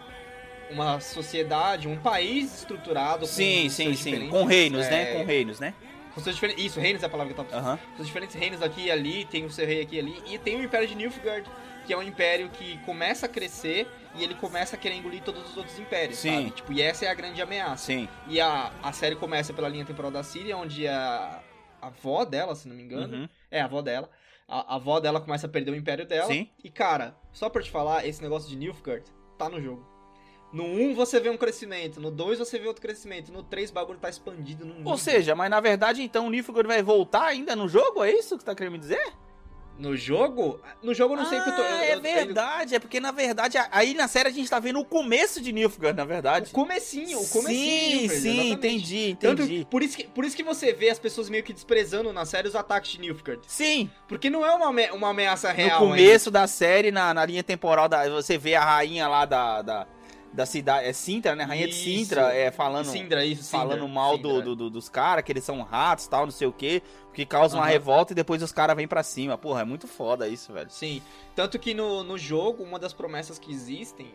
Speaker 5: sociedade, um país estruturado com
Speaker 3: Sim,
Speaker 5: seus diferentes,
Speaker 3: com reinos, né? Com reinos, né?
Speaker 5: com seus diferentes, isso, reinos é a palavra que eu tava pensando. Com os diferentes reinos aqui e ali, tem o seu rei aqui e ali, e tem o Império de Nilfgaard, que é um império que começa a crescer e ele começa a querer engolir todos os outros impérios,
Speaker 3: Sim.
Speaker 5: sabe? Tipo, e essa é a grande ameaça.
Speaker 3: Sim.
Speaker 5: E a série começa pela linha temporal da Ciri, onde a avó dela, se não me engano,
Speaker 3: Uhum.
Speaker 5: a avó dela, a avó dela começa a perder o império dela.
Speaker 3: Sim.
Speaker 5: E, cara, só pra te falar, esse negócio de Nilfgaard tá no jogo. No 1 você vê um crescimento, no 2 você vê outro crescimento, no 3 o bagulho tá expandido no nível.
Speaker 3: Ou seja, mas na verdade, então, o Nilfgaard vai voltar ainda no jogo? É isso que você tá querendo me dizer?
Speaker 5: No jogo? No jogo eu não sei que eu tô...
Speaker 3: É verdade, é porque na verdade, aí na série a gente tá vendo o começo de Nilfgaard, na verdade.
Speaker 5: O comecinho de
Speaker 3: Sim,
Speaker 5: Nilfgaard,
Speaker 3: sim,
Speaker 5: exatamente.
Speaker 3: entendi.
Speaker 5: Tanto, por isso que você vê as pessoas meio que desprezando na série os ataques de Nilfgaard.
Speaker 3: Sim,
Speaker 5: Porque não é uma ameaça real.
Speaker 3: no começo da série, na linha temporal, você vê a rainha lá da cidade, é Sintra, né? Rainha de
Speaker 5: Isso.
Speaker 3: Sintra, falando...
Speaker 5: Sindra,
Speaker 3: Falando mal
Speaker 5: Sindra.
Speaker 3: dos caras, que eles são ratos, tal, não sei o que, que causa uma
Speaker 5: Aham.
Speaker 3: revolta e depois os caras vêm pra cima. Porra, é muito foda isso, velho.
Speaker 5: Sim, tanto que no jogo, uma das promessas que existem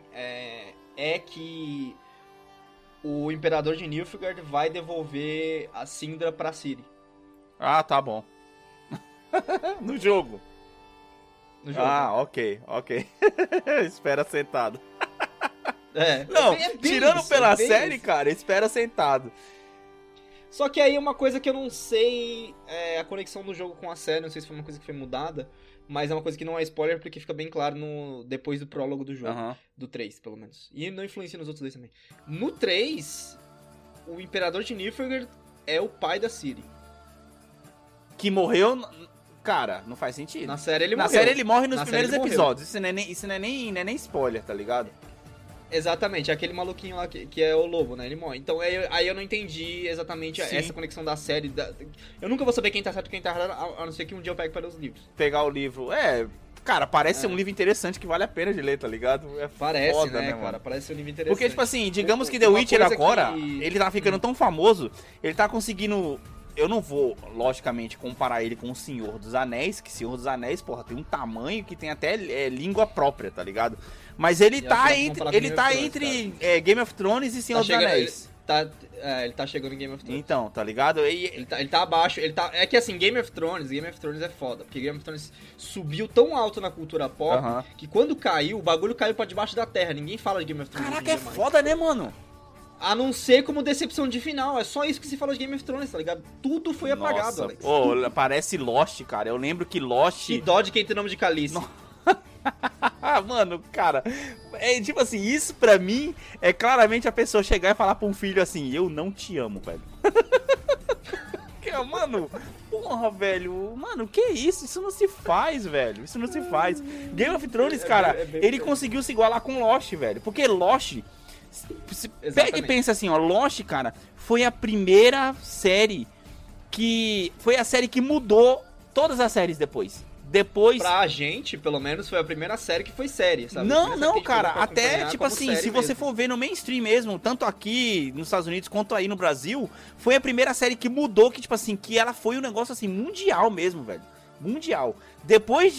Speaker 5: é que o Imperador de Nilfgaard vai devolver a Sindra pra Ciri.
Speaker 3: Ah, tá bom. No jogo.
Speaker 5: No jogo.
Speaker 3: Ah, ok. Espera sentado.
Speaker 5: Não,
Speaker 3: Tirando pela série, cara, espera sentado.
Speaker 5: Só que aí uma coisa que eu não sei a conexão do jogo com a série, não sei se foi uma coisa que foi mudada, mas é uma coisa que não é spoiler porque fica bem claro depois do prólogo do jogo.
Speaker 3: Aham.
Speaker 5: Do 3, pelo menos. E não influencia nos outros dois também. No 3, o Imperador de Nilfgaard é o pai da Ciri.
Speaker 3: Que morreu... Cara, não faz sentido.
Speaker 5: Na série ele
Speaker 3: Na
Speaker 5: morreu.
Speaker 3: série ele morre nos
Speaker 5: Na
Speaker 3: primeiros
Speaker 5: série ele
Speaker 3: episódios. Isso não é nem spoiler, tá ligado?
Speaker 5: Exatamente, aquele maluquinho lá que é o lobo, né? Ele morre. Então aí eu não entendi exatamente
Speaker 3: Sim.
Speaker 5: essa conexão da série. Eu nunca vou saber quem tá certo e quem tá errado, a não ser que um dia eu pegue para ler os livros.
Speaker 3: Pegar o livro. Cara, parece ser um livro interessante que vale a pena de ler, tá ligado?
Speaker 5: Parece,
Speaker 3: foda,
Speaker 5: né,
Speaker 3: mano?
Speaker 5: cara? Parece ser um livro interessante.
Speaker 3: Porque, tipo assim, digamos que The
Speaker 5: Uma
Speaker 3: Witcher
Speaker 5: coisa
Speaker 3: agora,
Speaker 5: que-
Speaker 3: ele tá ficando tão famoso, ele tá conseguindo... Eu não vou, logicamente, comparar ele com o Senhor dos Anéis, que Senhor dos Anéis, porra, tem um tamanho que tem até língua própria, tá ligado? Mas ele
Speaker 5: E
Speaker 3: tá
Speaker 5: agora vamos
Speaker 3: entre,
Speaker 5: falar
Speaker 3: ele
Speaker 5: Game
Speaker 3: tá
Speaker 5: of Thrones,
Speaker 3: entre Game of Thrones e Senhor dos
Speaker 5: chegando-
Speaker 3: Anéis.
Speaker 5: Ele tá chegando em Game of Thrones.
Speaker 3: Então, tá ligado?
Speaker 5: Ele tá abaixo, é que assim, Game of Thrones é foda, porque Game of Thrones subiu tão alto na cultura pop,
Speaker 3: Aham.
Speaker 5: que quando caiu, o bagulho caiu pra debaixo da terra, ninguém fala de Game of Thrones
Speaker 3: Caraca,
Speaker 5: hoje
Speaker 3: é
Speaker 5: em dia mais.
Speaker 3: foda, né, mano?
Speaker 5: A não ser como decepção de final, é só isso que se fala de Game of Thrones, tá ligado? Tudo foi apagado,
Speaker 3: Nossa,
Speaker 5: Alex.
Speaker 3: pô, parece Lost, cara. Eu lembro que Lost...
Speaker 5: Que dó de quem tem nome de Calice.
Speaker 3: Ah, mano, cara, tipo assim, isso pra mim é claramente a pessoa chegar e falar pra um filho assim, eu não te amo, velho. Mano, porra, velho. Mano, que isso? Isso não se faz, velho. Isso não se faz. Game of Thrones, cara, ele conseguiu se igualar com Lost, velho. Porque Lost... Pega e pensa assim, ó. Lost, cara, foi a primeira série que... Foi a série que mudou todas as séries depois.
Speaker 5: Pra gente, pelo menos, foi a primeira série que foi série, sabe?
Speaker 3: Não, cara, até, tipo assim, se você for ver no mainstream mesmo, tanto aqui nos Estados Unidos quanto aí no Brasil, foi a primeira série que mudou, que, tipo assim, que ela foi um negócio, assim, mundial mesmo, velho. Mundial. Depois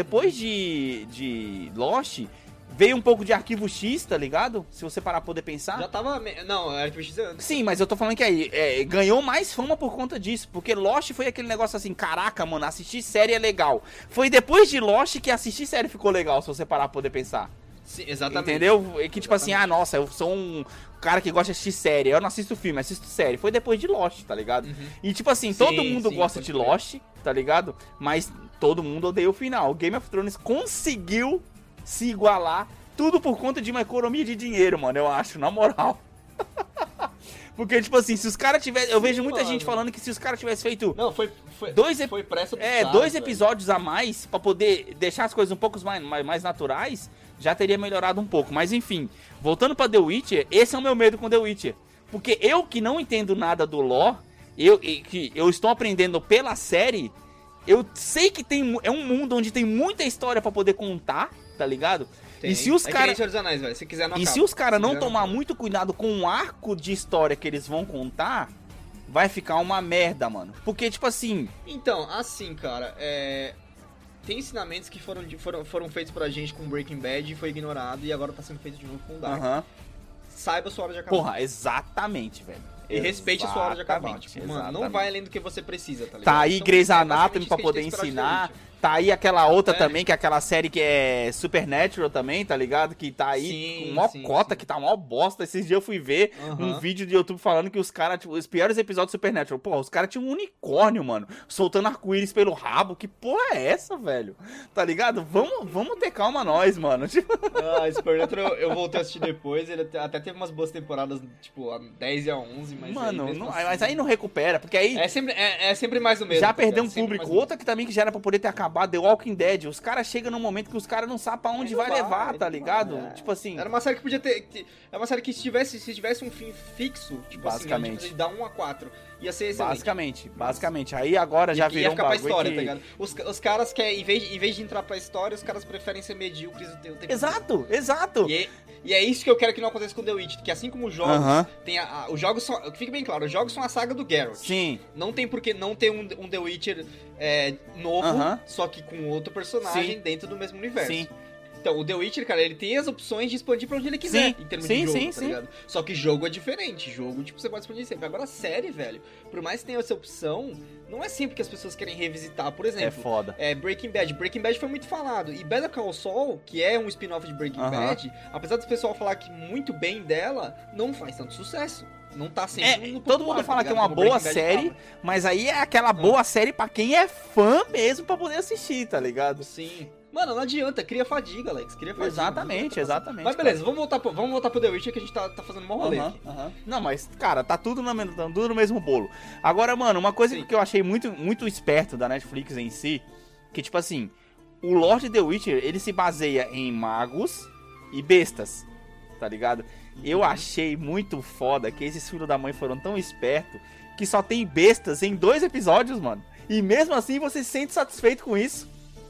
Speaker 3: de Lost, veio um pouco de Arquivo X, tá ligado? Se você parar pra poder pensar.
Speaker 5: Já tava... Não, Arquivo X antes.
Speaker 3: Sim, mas eu tô falando que aí, ganhou mais fama por conta disso. Porque Lost foi aquele negócio assim, caraca, mano, assistir série é legal. Foi depois de Lost que assistir série ficou legal, se você parar pra poder pensar.
Speaker 5: Sim, exatamente.
Speaker 3: Entendeu? Que tipo assim, nossa, eu sou um cara que gosta de assistir série. Eu não assisto filme, assisto série. Foi depois de Lost, tá ligado? E tipo assim, todo mundo gosta de Lost, tá ligado? Mas todo mundo odeia o final. O Game of Thrones conseguiu se igualar, tudo por conta de uma economia de dinheiro, mano, eu acho, na moral. Porque, tipo assim, se os caras tivessem... Eu vejo muita gente falando que se os caras tivessem feito...
Speaker 5: Não, foi pressa pro
Speaker 3: dois episódios a mais, pra poder deixar as coisas um pouco mais naturais, já teria melhorado um pouco. Mas, enfim, voltando pra The Witcher, esse é o meu medo com The Witcher. Porque eu, que não entendo nada do lore, que eu estou aprendendo pela série, eu sei que é um mundo onde tem muita história pra poder contar, tá ligado?
Speaker 5: Tem.
Speaker 3: E se os caras...
Speaker 5: Se quiser não
Speaker 3: E se os caras não tomar muito cuidado com o arco de história que eles vão contar, vai ficar uma merda, mano. Porque, tipo assim...
Speaker 5: Então, assim, cara, tem ensinamentos que foram feitos pra gente com Breaking Bad e foi ignorado, e agora tá sendo feito de novo com Dark. Saiba a sua hora de acabar.
Speaker 3: Porra, exatamente, velho.
Speaker 5: E respeite a sua hora de acabar. Tipo, mano, não vai além do que você precisa, tá ligado?
Speaker 3: Tá aí
Speaker 5: Então,
Speaker 3: Grey's Anatomy
Speaker 5: basicamente
Speaker 3: pra
Speaker 5: isso que a
Speaker 3: poder
Speaker 5: gente tem que
Speaker 3: ensinar.
Speaker 5: esperar de
Speaker 3: Tá aí aquela outra também, que é aquela série que é Supernatural também, tá ligado? Que tá aí com mó cota, que tá mó bosta. Esses dias eu fui ver um vídeo de YouTube falando que os caras, tipo, os piores episódios de Supernatural. Pô, os caras tinham um unicórnio, mano, soltando arco-íris pelo rabo. Que porra é essa, velho? Tá ligado? Vamos ter calma nós, mano.
Speaker 5: Supernatural eu voltei a assistir depois. Ele até teve umas boas temporadas, tipo, a 10 e a 11, mas...
Speaker 3: Mano,
Speaker 5: aí,
Speaker 3: mas aí não recupera, porque aí...
Speaker 5: É sempre mais do mesmo.
Speaker 3: Já perdeu um público. Outra que também que já era pra poder ter acabado, The Walking Dead. Os caras chegam num momento que os caras não sabem pra onde vai levar, tá ligado? Tipo assim...
Speaker 5: Era uma série que podia ter... É uma série que se tivesse um fim fixo, tipo
Speaker 3: basicamente.
Speaker 5: assim, dá 1 a 4, ia ser excelente.
Speaker 3: Basicamente. Aí agora já virou
Speaker 5: ia ficar
Speaker 3: um
Speaker 5: pra
Speaker 3: bagulho
Speaker 5: história,
Speaker 3: que...
Speaker 5: tá ligado? Os caras querem, em vez de entrar pra história, os caras preferem ser medíocres o tempo
Speaker 3: Exato.
Speaker 5: E é isso que eu quero que não aconteça com The Witch, que assim como os jogos, tem os jogos são... Fique bem claro, os jogos são a saga do Geralt.
Speaker 3: Sim.
Speaker 5: Não tem por que não ter um The Witcher novo, só que com outro personagem dentro do mesmo universo.
Speaker 3: Sim.
Speaker 5: Então, o The Witcher, cara, ele tem as opções de expandir pra onde ele quiser, em termos de jogo, tá ligado? Só que jogo é diferente. Jogo, tipo, você pode expandir sempre. Agora, a série, velho, por mais que tenha essa opção, não é sempre que as pessoas querem revisitar. Por exemplo,
Speaker 3: é foda.
Speaker 5: Breaking Bad. Breaking Bad foi muito falado. E Better Call Saul, que é um spin-off de Breaking Bad, apesar do pessoal falar que muito bem dela, não faz tanto sucesso. Não tá sempre no
Speaker 3: todo mundo fala que é uma boa série, mas aí é aquela boa série pra quem é fã mesmo pra poder assistir, tá ligado?
Speaker 5: Sim. Mano, não adianta, cria fadiga, Alex. Cria fadiga.
Speaker 3: Exatamente.
Speaker 5: Mas beleza, vamos voltar pro The Witcher, que a gente tá fazendo um rolê aqui.
Speaker 3: Não, mas, cara, tá tudo no mesmo bolo. Agora, mano, uma coisa que eu achei muito, muito esperto da Netflix em si, que, tipo assim, o Lord The Witcher, ele se baseia em magos e bestas, tá ligado? Eu achei muito foda que esses filhos da mãe foram tão espertos que só tem bestas em 2 episódios, mano. E mesmo assim você se sente satisfeito com isso.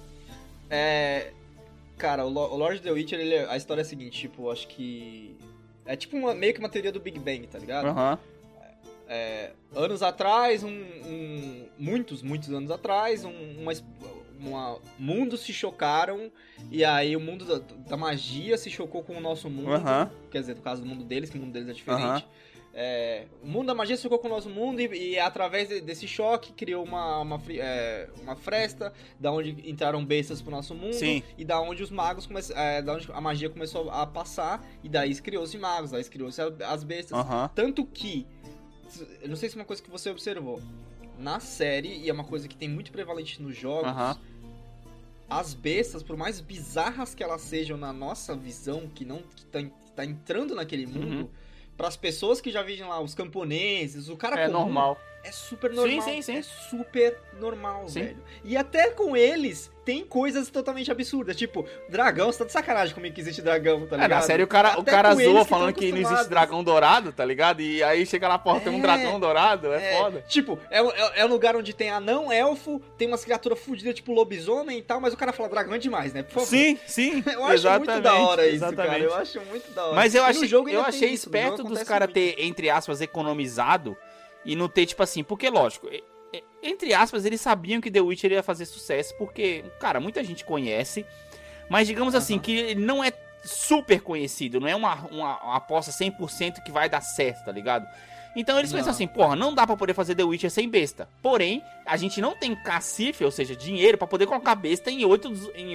Speaker 5: Cara, o Lord The Witcher, a história é a seguinte, tipo, acho que... É tipo meio que uma teoria do Big Bang, tá ligado? Anos atrás, muitos anos atrás, mundos se chocaram, e aí o mundo da magia se chocou com o nosso mundo, quer dizer, no caso do mundo deles, que o mundo deles é diferente. O mundo da magia se chocou com o nosso mundo e através desse choque criou uma fresta, da onde entraram bestas pro nosso mundo.
Speaker 3: Sim.
Speaker 5: E da onde os magos da onde a magia começou a passar, e daí criou-se magos, daí criou-se as bestas. Tanto que, eu não sei se é uma coisa que você observou, na série, e é uma coisa que tem muito prevalente nos jogos, as bestas, por mais bizarras que elas sejam na nossa visão, que tá entrando naquele mundo, para as pessoas que já vivem lá, os camponeses, o cara comum,
Speaker 3: normal.
Speaker 5: é super normal.
Speaker 3: Sim.
Speaker 5: É super normal,
Speaker 3: Sim.
Speaker 5: velho. E até com eles, tem coisas totalmente absurdas. Tipo, dragão, você tá de sacanagem comigo que existe dragão, tá ligado?
Speaker 3: Na série o cara
Speaker 5: Até com eles
Speaker 3: zoa
Speaker 5: que
Speaker 3: falando
Speaker 5: tão
Speaker 3: que não existe
Speaker 5: acostumados.
Speaker 3: dragão dourado, tá ligado? E aí chega lá, porra, tem um dragão dourado, é foda.
Speaker 5: Tipo, é um lugar onde tem anão, elfo, tem umas criaturas fodidas, tipo lobisomem e tal, mas o cara fala dragão é demais, né? Por favor.
Speaker 3: Sim,
Speaker 5: Eu acho muito da hora isso,
Speaker 3: exatamente.
Speaker 5: cara. Eu acho muito da hora.
Speaker 3: Mas eu
Speaker 5: E no
Speaker 3: achei,
Speaker 5: jogo ainda
Speaker 3: eu
Speaker 5: tem
Speaker 3: achei
Speaker 5: isso, no jogo
Speaker 3: esperto dos
Speaker 5: acontece
Speaker 3: caras
Speaker 5: muito.
Speaker 3: ter, entre aspas, economizado e não ter, tipo assim, porque lógico, entre aspas, eles sabiam que The Witcher ia fazer sucesso, porque, cara, muita gente conhece, mas digamos assim, que ele não é super conhecido, não é uma aposta 100% que vai dar certo, tá ligado? Então eles pensam assim, porra, não dá pra poder fazer The Witcher sem besta. Porém, a gente não tem cacife, ou seja, dinheiro, pra poder colocar besta em 8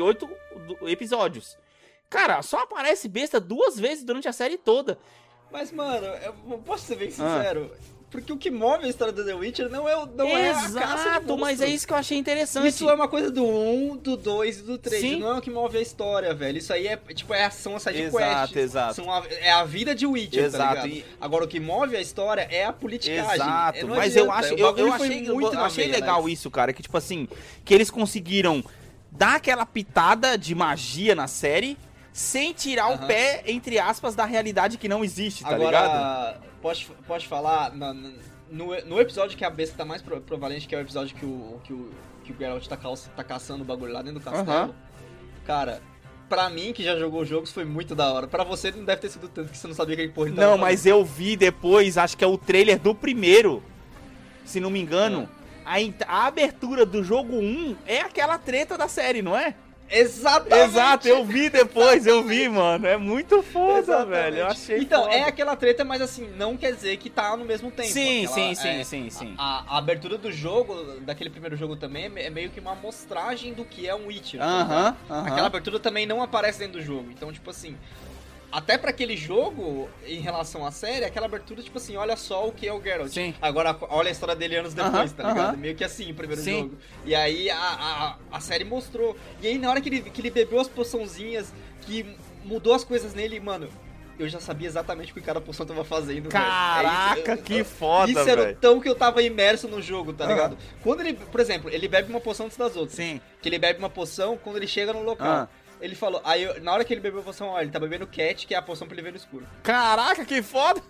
Speaker 3: episódios. Cara, só aparece besta 2 vezes durante a série toda.
Speaker 5: Mas, mano, eu posso ser bem sincero. Porque o que move a história do The Witcher não é a caça de
Speaker 3: Exato,
Speaker 5: monstros.
Speaker 3: mas é isso que eu achei interessante.
Speaker 5: Isso é uma coisa do 1, do 2 e do 3.
Speaker 3: Sim.
Speaker 5: Não é o que move a história, velho. Isso aí são as side
Speaker 3: Exato,
Speaker 5: quests.
Speaker 3: exato.
Speaker 5: É a vida de Witcher,
Speaker 3: Exato,
Speaker 5: tá ligado?
Speaker 3: e-
Speaker 5: Agora, o que move a história é a politicagem.
Speaker 3: Exato,
Speaker 5: Não
Speaker 3: mas
Speaker 5: adianta,
Speaker 3: eu
Speaker 5: o bagulho foi
Speaker 3: achei,
Speaker 5: muito
Speaker 3: eu
Speaker 5: na
Speaker 3: achei
Speaker 5: veia,
Speaker 3: legal
Speaker 5: né?
Speaker 3: isso, cara, que tipo assim, que eles conseguiram dar aquela pitada de magia na série sem tirar o pé, entre aspas, da realidade que não existe, tá ligado?
Speaker 5: Agora, pode falar, no episódio que a besta tá mais provalente, que é o episódio que o Geralt tá caçando o bagulho lá dentro do castelo, cara, pra mim, que já jogou jogos, foi muito da hora. Pra você não deve ter sido tanto, que você não sabia que porra ele tava
Speaker 3: Não,
Speaker 5: fazendo.
Speaker 3: mas eu vi depois, acho que é o trailer do primeiro, se não me engano, a abertura do jogo 1 é aquela treta da série, não é?
Speaker 5: Exatamente!
Speaker 3: Exato, eu vi depois, mano. É muito foda,
Speaker 5: Exatamente.
Speaker 3: velho. Eu achei
Speaker 5: Então,
Speaker 3: foda.
Speaker 5: é aquela treta, mas assim, não quer dizer que tá no mesmo tempo.
Speaker 3: Sim,
Speaker 5: Aquela-
Speaker 3: sim.
Speaker 5: A abertura do jogo, daquele primeiro jogo também, é meio que uma amostragem do que é um Witcher. tá
Speaker 3: Aham,
Speaker 5: ligado? Aquela abertura também não aparece dentro do jogo. Então, tipo assim, até pra aquele jogo, em relação à série, aquela abertura, tipo assim, olha só o que é o Geralt.
Speaker 3: Sim.
Speaker 5: Agora, olha a história dele anos depois, tá ligado?
Speaker 3: aham.
Speaker 5: Meio que assim, o primeiro
Speaker 3: Sim.
Speaker 5: jogo. E aí, a série mostrou. E aí, na hora que ele bebeu as poçãozinhas, que mudou as coisas nele, mano, eu já sabia exatamente o que cada poção tava fazendo, velho.
Speaker 3: Caraca,
Speaker 5: É isso,
Speaker 3: que foda,
Speaker 5: Isso era
Speaker 3: velho.
Speaker 5: o tão que eu tava imerso no jogo, tá ligado? Quando ele, por exemplo, ele bebe uma poção antes das outras.
Speaker 3: Sim.
Speaker 5: Que ele bebe uma poção quando ele chega no local. Ele falou, na hora que ele bebeu a poção, ó, ele tá bebendo Cat, que é a poção pra ele ver no escuro.
Speaker 3: Caraca, que foda.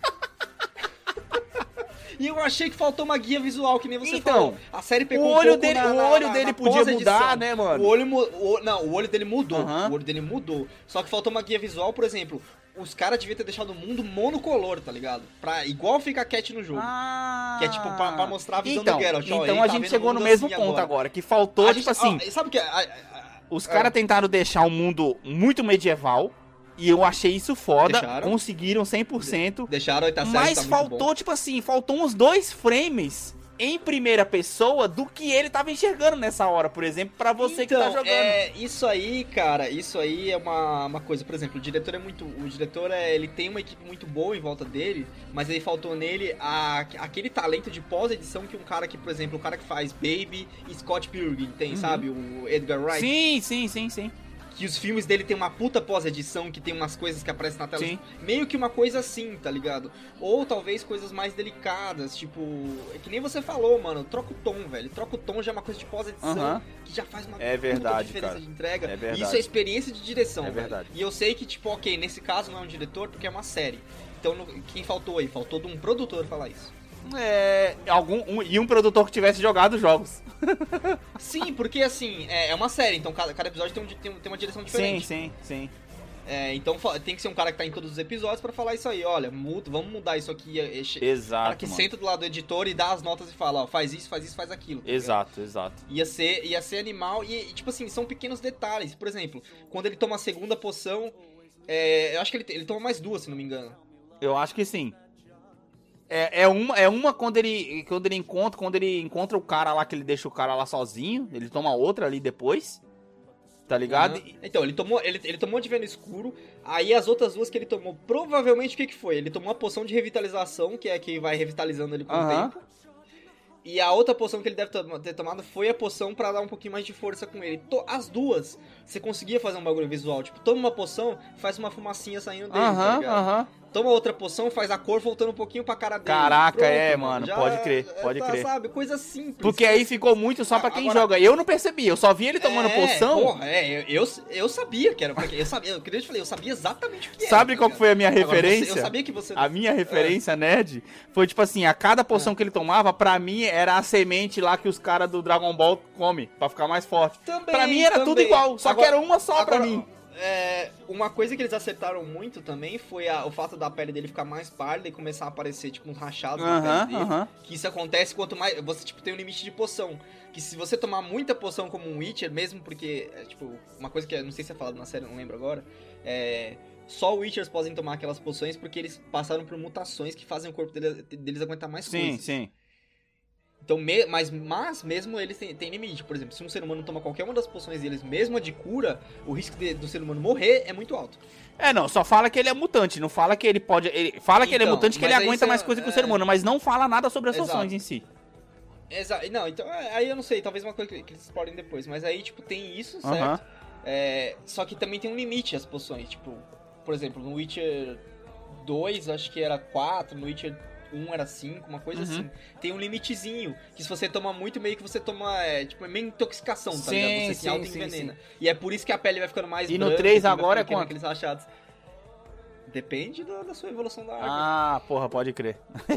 Speaker 5: E eu achei que faltou uma guia visual, que nem você
Speaker 3: Então,
Speaker 5: falou. A série pegou
Speaker 3: o
Speaker 5: um
Speaker 3: olho
Speaker 5: pouco
Speaker 3: dele-
Speaker 5: na
Speaker 3: o olho dele
Speaker 5: na
Speaker 3: podia
Speaker 5: pós-edição.
Speaker 3: mudar, né, mano?
Speaker 5: O olho dele mudou.
Speaker 3: Aham.
Speaker 5: O olho dele mudou. Só que faltou uma guia visual, por exemplo. Os caras deviam ter deixado o mundo monocolor, tá ligado? Igual fica a Cat no jogo. Que é tipo pra mostrar a visão
Speaker 3: então,
Speaker 5: do Geralt. Ó,
Speaker 3: Então
Speaker 5: ele
Speaker 3: a
Speaker 5: tá
Speaker 3: gente
Speaker 5: vendo
Speaker 3: chegou
Speaker 5: o
Speaker 3: no
Speaker 5: mundo
Speaker 3: mesmo
Speaker 5: assim
Speaker 3: ponto agora, que faltou,
Speaker 5: A
Speaker 3: tipo
Speaker 5: gente-
Speaker 3: assim,
Speaker 5: ó, sabe o que...
Speaker 3: os caras tentaram deixar o mundo muito medieval, e eu achei isso foda,
Speaker 5: Deixaram.
Speaker 3: conseguiram 100%,
Speaker 5: Deixaram a oitava série,
Speaker 3: mas
Speaker 5: tá muito
Speaker 3: faltou,
Speaker 5: bom.
Speaker 3: tipo assim, faltou uns 2 frames em primeira pessoa do que ele tava enxergando nessa hora, por exemplo, pra você que tá jogando.
Speaker 5: Isso aí, cara, isso aí é uma coisa, por exemplo, o diretor ele tem uma equipe muito boa em volta dele, mas aí faltou nele aquele talento de pós-edição que um cara que, por exemplo, o cara que faz Baby e Scott Pilgrim tem, sabe? O Edgar Wright.
Speaker 3: Sim.
Speaker 5: Que os filmes dele tem uma puta pós-edição, que tem umas coisas que aparecem na tela.
Speaker 3: Sim.
Speaker 5: Meio que uma coisa assim, tá ligado? Ou talvez coisas mais delicadas, tipo... É que nem você falou, mano, troca o tom, velho. Troca o tom já é uma coisa de pós-edição,
Speaker 3: Aham.
Speaker 5: que já faz uma
Speaker 3: É verdade,
Speaker 5: puta diferença
Speaker 3: cara.
Speaker 5: de entrega.
Speaker 3: É verdade.
Speaker 5: E isso é experiência de direção,
Speaker 3: É
Speaker 5: velho.
Speaker 3: verdade.
Speaker 5: E eu sei que, tipo, ok, nesse caso não é um diretor, porque é uma série. Então, quem faltou aí? Faltou de um produtor falar isso.
Speaker 3: E um produtor que tivesse jogado jogos.
Speaker 5: Sim, porque assim, é uma série, então cada episódio tem uma direção diferente.
Speaker 3: Sim.
Speaker 5: Então tem que ser um cara que tá em todos os episódios pra falar isso aí, olha,
Speaker 3: Exato,
Speaker 5: cara que
Speaker 3: mano.
Speaker 5: senta do lado do editor e dá as notas e fala, ó, faz isso, faz aquilo. tá ligado?
Speaker 3: Exato.
Speaker 5: Ia ser animal e, tipo assim, são pequenos detalhes. Por exemplo, quando ele toma a segunda poção, eu acho que ele toma mais 2, se não me engano.
Speaker 3: Eu acho que sim. É uma quando ele encontra o cara lá, que ele deixa o cara lá sozinho, ele toma outra ali depois, tá ligado?
Speaker 5: Uhum. Então, ele tomou de ver no escuro, aí as outras 2 que ele tomou, provavelmente o que foi? Ele tomou uma poção de revitalização, que é que vai revitalizando ele com o tempo. E a outra poção que ele deve ter tomado foi a poção pra dar um pouquinho mais de força com ele. As duas, você conseguia fazer um bagulho visual. Tipo, toma uma poção, faz uma fumacinha saindo dele, tá ligado? toma outra poção, faz a cor voltando um pouquinho pra cara dele.
Speaker 3: Caraca,
Speaker 5: Pronto,
Speaker 3: mano, pode crer, pode crer.
Speaker 5: Sabe, coisa simples.
Speaker 3: Porque aí ficou muito só pra quem
Speaker 5: Agora-
Speaker 3: joga. Eu não percebi, eu só vi ele tomando poção.
Speaker 5: Porra, eu sabia que era. Porque eu sabia, que eu falei, eu sabia exatamente o que era.
Speaker 3: Sabe
Speaker 5: tá
Speaker 3: qual que
Speaker 5: ligado?
Speaker 3: foi a minha
Speaker 5: Agora,
Speaker 3: referência?
Speaker 5: eu sabia que você.
Speaker 3: A minha referência, nerd, foi tipo assim, a cada poção que ele tomava, pra mim era a semente lá que os caras do Dragon Ball comem, pra ficar mais forte.
Speaker 5: Também,
Speaker 3: Pra mim era tudo
Speaker 5: também.
Speaker 3: igual, só que
Speaker 5: Agora-
Speaker 3: era uma só pra
Speaker 5: agora,
Speaker 3: mim.
Speaker 5: Uma coisa que eles acertaram muito também foi o fato da pele dele ficar mais pálida e começar a aparecer, tipo, uns rachados na
Speaker 3: Aham,
Speaker 5: pele dele.
Speaker 3: aham.
Speaker 5: Que isso acontece quanto mais. Você, tipo, tem um limite de poção. Que se você tomar muita poção como um Witcher, mesmo porque, tipo, uma coisa que eu não sei se é falado na série, não lembro agora, só Witchers podem tomar aquelas poções porque eles passaram por mutações que fazem o corpo deles aguentar mais
Speaker 3: Sim,
Speaker 5: coisas.
Speaker 3: sim.
Speaker 5: Então, mas mesmo eles têm limite. Por exemplo, se um ser humano toma qualquer uma das poções deles, mesmo a de cura, o risco do ser humano morrer é muito alto.
Speaker 3: Não, só fala que ele é mutante, não fala que ele pode... Ele fala que ele é
Speaker 5: Então,
Speaker 3: mutante, que
Speaker 5: mas
Speaker 3: ele
Speaker 5: aí
Speaker 3: aguenta
Speaker 5: você-
Speaker 3: mais coisa que o ser humano, mas não fala nada sobre as
Speaker 5: Exato.
Speaker 3: poções em si.
Speaker 5: Exato. Não, então, aí eu não sei, talvez uma coisa que eles explorem depois. Mas aí, tipo, tem isso, certo?
Speaker 3: Aham.
Speaker 5: Só que também tem um limite as poções. Tipo, por exemplo, no Witcher 2, acho que era 4, no Witcher 1 era 5, uma coisa assim. Tem um limitezinho, que se você toma muito, meio que você toma, tipo, é meio intoxicação, tá
Speaker 3: Sim,
Speaker 5: ligado? Você
Speaker 3: sim,
Speaker 5: se auto-envenena.
Speaker 3: sim.
Speaker 5: E é por isso que a pele vai ficando mais
Speaker 3: E no
Speaker 5: branca.
Speaker 3: 3
Speaker 5: vai
Speaker 3: agora é
Speaker 5: ficando
Speaker 3: quanto?
Speaker 5: aqueles rachados. Depende da sua evolução da árvore.
Speaker 3: Ah, porra, pode crer.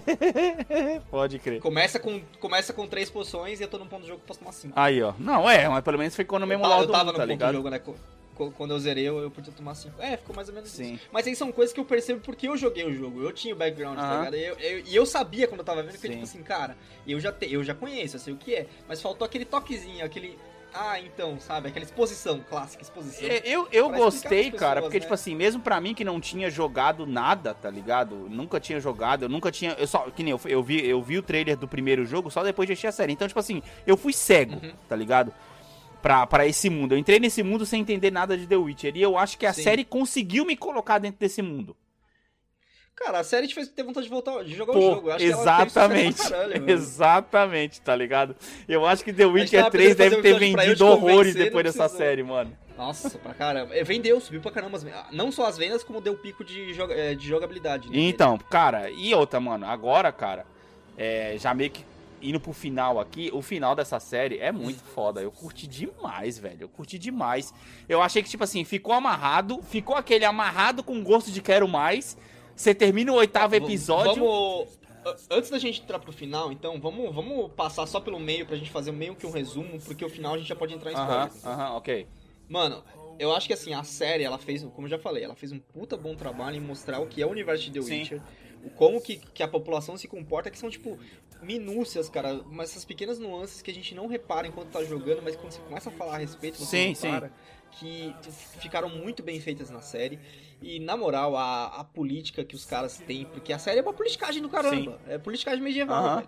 Speaker 3: Pode crer.
Speaker 5: Começa com 3 poções e eu tô num ponto do jogo que posso tomar 5.
Speaker 3: Aí, ó. Não, mas pelo menos ficou no mesmo
Speaker 5: eu
Speaker 3: lado,
Speaker 5: tava no
Speaker 3: tá
Speaker 5: ponto
Speaker 3: ligado?
Speaker 5: do jogo, né? Quando eu zerei, eu podia tomar 5. Ficou mais ou menos
Speaker 3: Sim.
Speaker 5: isso. Mas aí são coisas que eu percebo porque eu joguei o jogo. Eu tinha o background, tá
Speaker 3: Aham.
Speaker 5: ligado? E eu sabia quando eu tava vendo que,
Speaker 3: Sim.
Speaker 5: tipo assim, cara, eu já conheço, eu sei o que é. Mas faltou aquele toquezinho, aquele... então, sabe? Aquela exposição, clássica exposição.
Speaker 3: Eu
Speaker 5: Pra
Speaker 3: gostei,
Speaker 5: explicar pras
Speaker 3: cara,
Speaker 5: pessoas,
Speaker 3: porque,
Speaker 5: né?
Speaker 3: tipo assim, mesmo pra mim que não tinha jogado nada, tá ligado? Nunca tinha jogado, eu nunca tinha. Eu só. Que nem eu vi o trailer do primeiro jogo só depois de assistir a série. Então, tipo assim, eu fui cego, tá ligado? Pra esse mundo. Eu entrei nesse mundo sem entender nada de The Witcher. E eu acho que a
Speaker 5: Sim.
Speaker 3: série conseguiu me colocar dentro desse mundo.
Speaker 5: Cara, a série te fez ter vontade de jogar o
Speaker 3: Pô,
Speaker 5: jogo. Eu acho que ela fez
Speaker 3: exatamente.
Speaker 5: sucesso pra caralho, mano.
Speaker 3: Exatamente, tá ligado? Eu acho que The Witcher
Speaker 5: tava
Speaker 3: 3
Speaker 5: pensando
Speaker 3: deve
Speaker 5: em
Speaker 3: ter
Speaker 5: fazer um episódio pra eu te
Speaker 3: vendido horrores
Speaker 5: convencer,
Speaker 3: depois
Speaker 5: não
Speaker 3: dessa
Speaker 5: precisou.
Speaker 3: série, mano.
Speaker 5: Nossa, pra caramba. Vendeu, subiu pra caramba. Não só as vendas, como deu pico de jogabilidade. Né?
Speaker 3: Então, cara, e outra, mano, agora, cara, já meio que indo pro final aqui, o final dessa série é muito foda. Eu curti demais, velho. Eu curti demais. Eu achei que, tipo assim, ficou aquele amarrado com gosto de quero mais. Você termina o 8º episódio.
Speaker 5: Antes da gente entrar pro final, então, vamos passar só pelo meio pra gente fazer meio que um resumo, porque o final a gente já pode entrar em spoilers.
Speaker 3: Ok.
Speaker 5: Mano, eu acho que assim, a série, ela fez, como eu já falei, ela fez um puta bom trabalho em mostrar o que é o universo de The
Speaker 3: Sim.
Speaker 5: Witcher, como que a população se comporta, que são, tipo, minúcias, cara, mas essas pequenas nuances que a gente não repara enquanto tá jogando, mas quando você começa a falar a respeito, você
Speaker 3: Sim,
Speaker 5: repara que ficaram muito bem feitas na série. E, na moral, a política que os caras têm, porque a série é uma politicagem do caramba,
Speaker 3: Sim.
Speaker 5: é politicagem medieval,
Speaker 3: Aham.
Speaker 5: velho.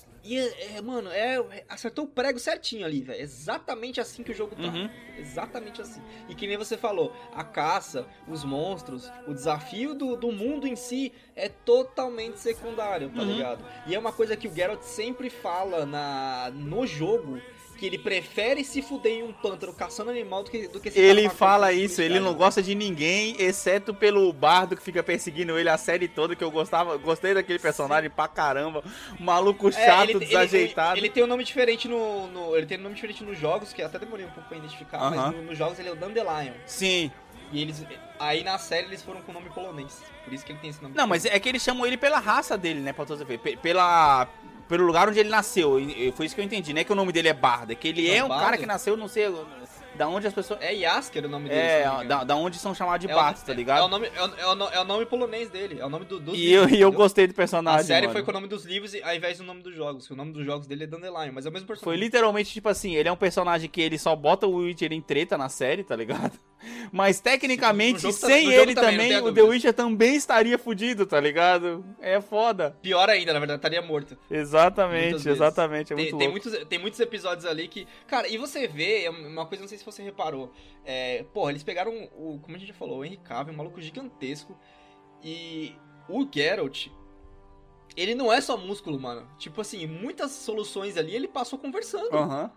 Speaker 5: E, mano, acertou o prego certinho ali, velho. Exatamente assim que o jogo tá.
Speaker 3: Uhum.
Speaker 5: Exatamente assim. E que nem você falou, a caça, os monstros, o desafio do mundo em si é totalmente secundário, tá ligado? E é uma coisa que o Geralt sempre fala no jogo, que ele prefere se fuder em um pântano caçando animal do que se
Speaker 3: Ele
Speaker 5: ficar
Speaker 3: fala
Speaker 5: com
Speaker 3: isso, ele não
Speaker 5: politicagem.
Speaker 3: gosta de ninguém, exceto pelo bardo que fica perseguindo ele a série toda, que eu gostei daquele personagem pra caramba. Maluco chato, desajeitado.
Speaker 5: Ele tem um nome diferente ele tem um nome diferente nos jogos, que até demorei um pouco pra identificar,
Speaker 3: Aham.
Speaker 5: mas nos jogos ele é o Dandelion.
Speaker 3: Sim.
Speaker 5: E aí na série eles foram com o nome polonês. Por isso que ele tem esse nome.
Speaker 3: Não, mas é que eles chamam ele pela raça dele, né, pra todos ver. Pelo lugar onde ele nasceu. E foi isso que eu entendi, não é que o nome dele é Bardo, é que ele
Speaker 5: Não,
Speaker 3: é um
Speaker 5: Bardo?
Speaker 3: cara que nasceu, não sei da onde as pessoas...
Speaker 5: É Jaskier o nome dele. se não me engano.
Speaker 3: da onde são chamados de
Speaker 5: É
Speaker 3: Bardos, tá ligado?
Speaker 5: É o nome polonês dele, é o nome dos
Speaker 3: E
Speaker 5: livros,
Speaker 3: eu
Speaker 5: entendeu?
Speaker 3: gostei do personagem,
Speaker 5: A série
Speaker 3: mano.
Speaker 5: foi com o nome dos livros ao invés do nome dos jogos. O nome dos jogos dele é Dandelion, mas é o mesmo
Speaker 3: Foi
Speaker 5: personagem.
Speaker 3: literalmente, tipo assim, ele é um personagem que ele só bota o Witcher em treta na série, tá ligado? Mas, tecnicamente,
Speaker 5: No jogo
Speaker 3: sem
Speaker 5: no jogo
Speaker 3: ele
Speaker 5: também,
Speaker 3: também,
Speaker 5: não tenha
Speaker 3: o The
Speaker 5: dúvida.
Speaker 3: Witcher também estaria fudido, tá ligado? É foda.
Speaker 5: Pior ainda, na verdade, estaria morto. Muitas
Speaker 3: Exatamente,
Speaker 5: vezes.
Speaker 3: exatamente, é muito
Speaker 5: Tem
Speaker 3: louco.
Speaker 5: tem muitos episódios ali que... Cara, e você vê, é uma coisa, não sei se você reparou. Porra, eles pegaram, como a gente já falou, o Henry Cavill, um maluco gigantesco. E o Geralt, ele não é só músculo, mano. Tipo assim, muitas soluções ali ele passou conversando.
Speaker 3: Aham.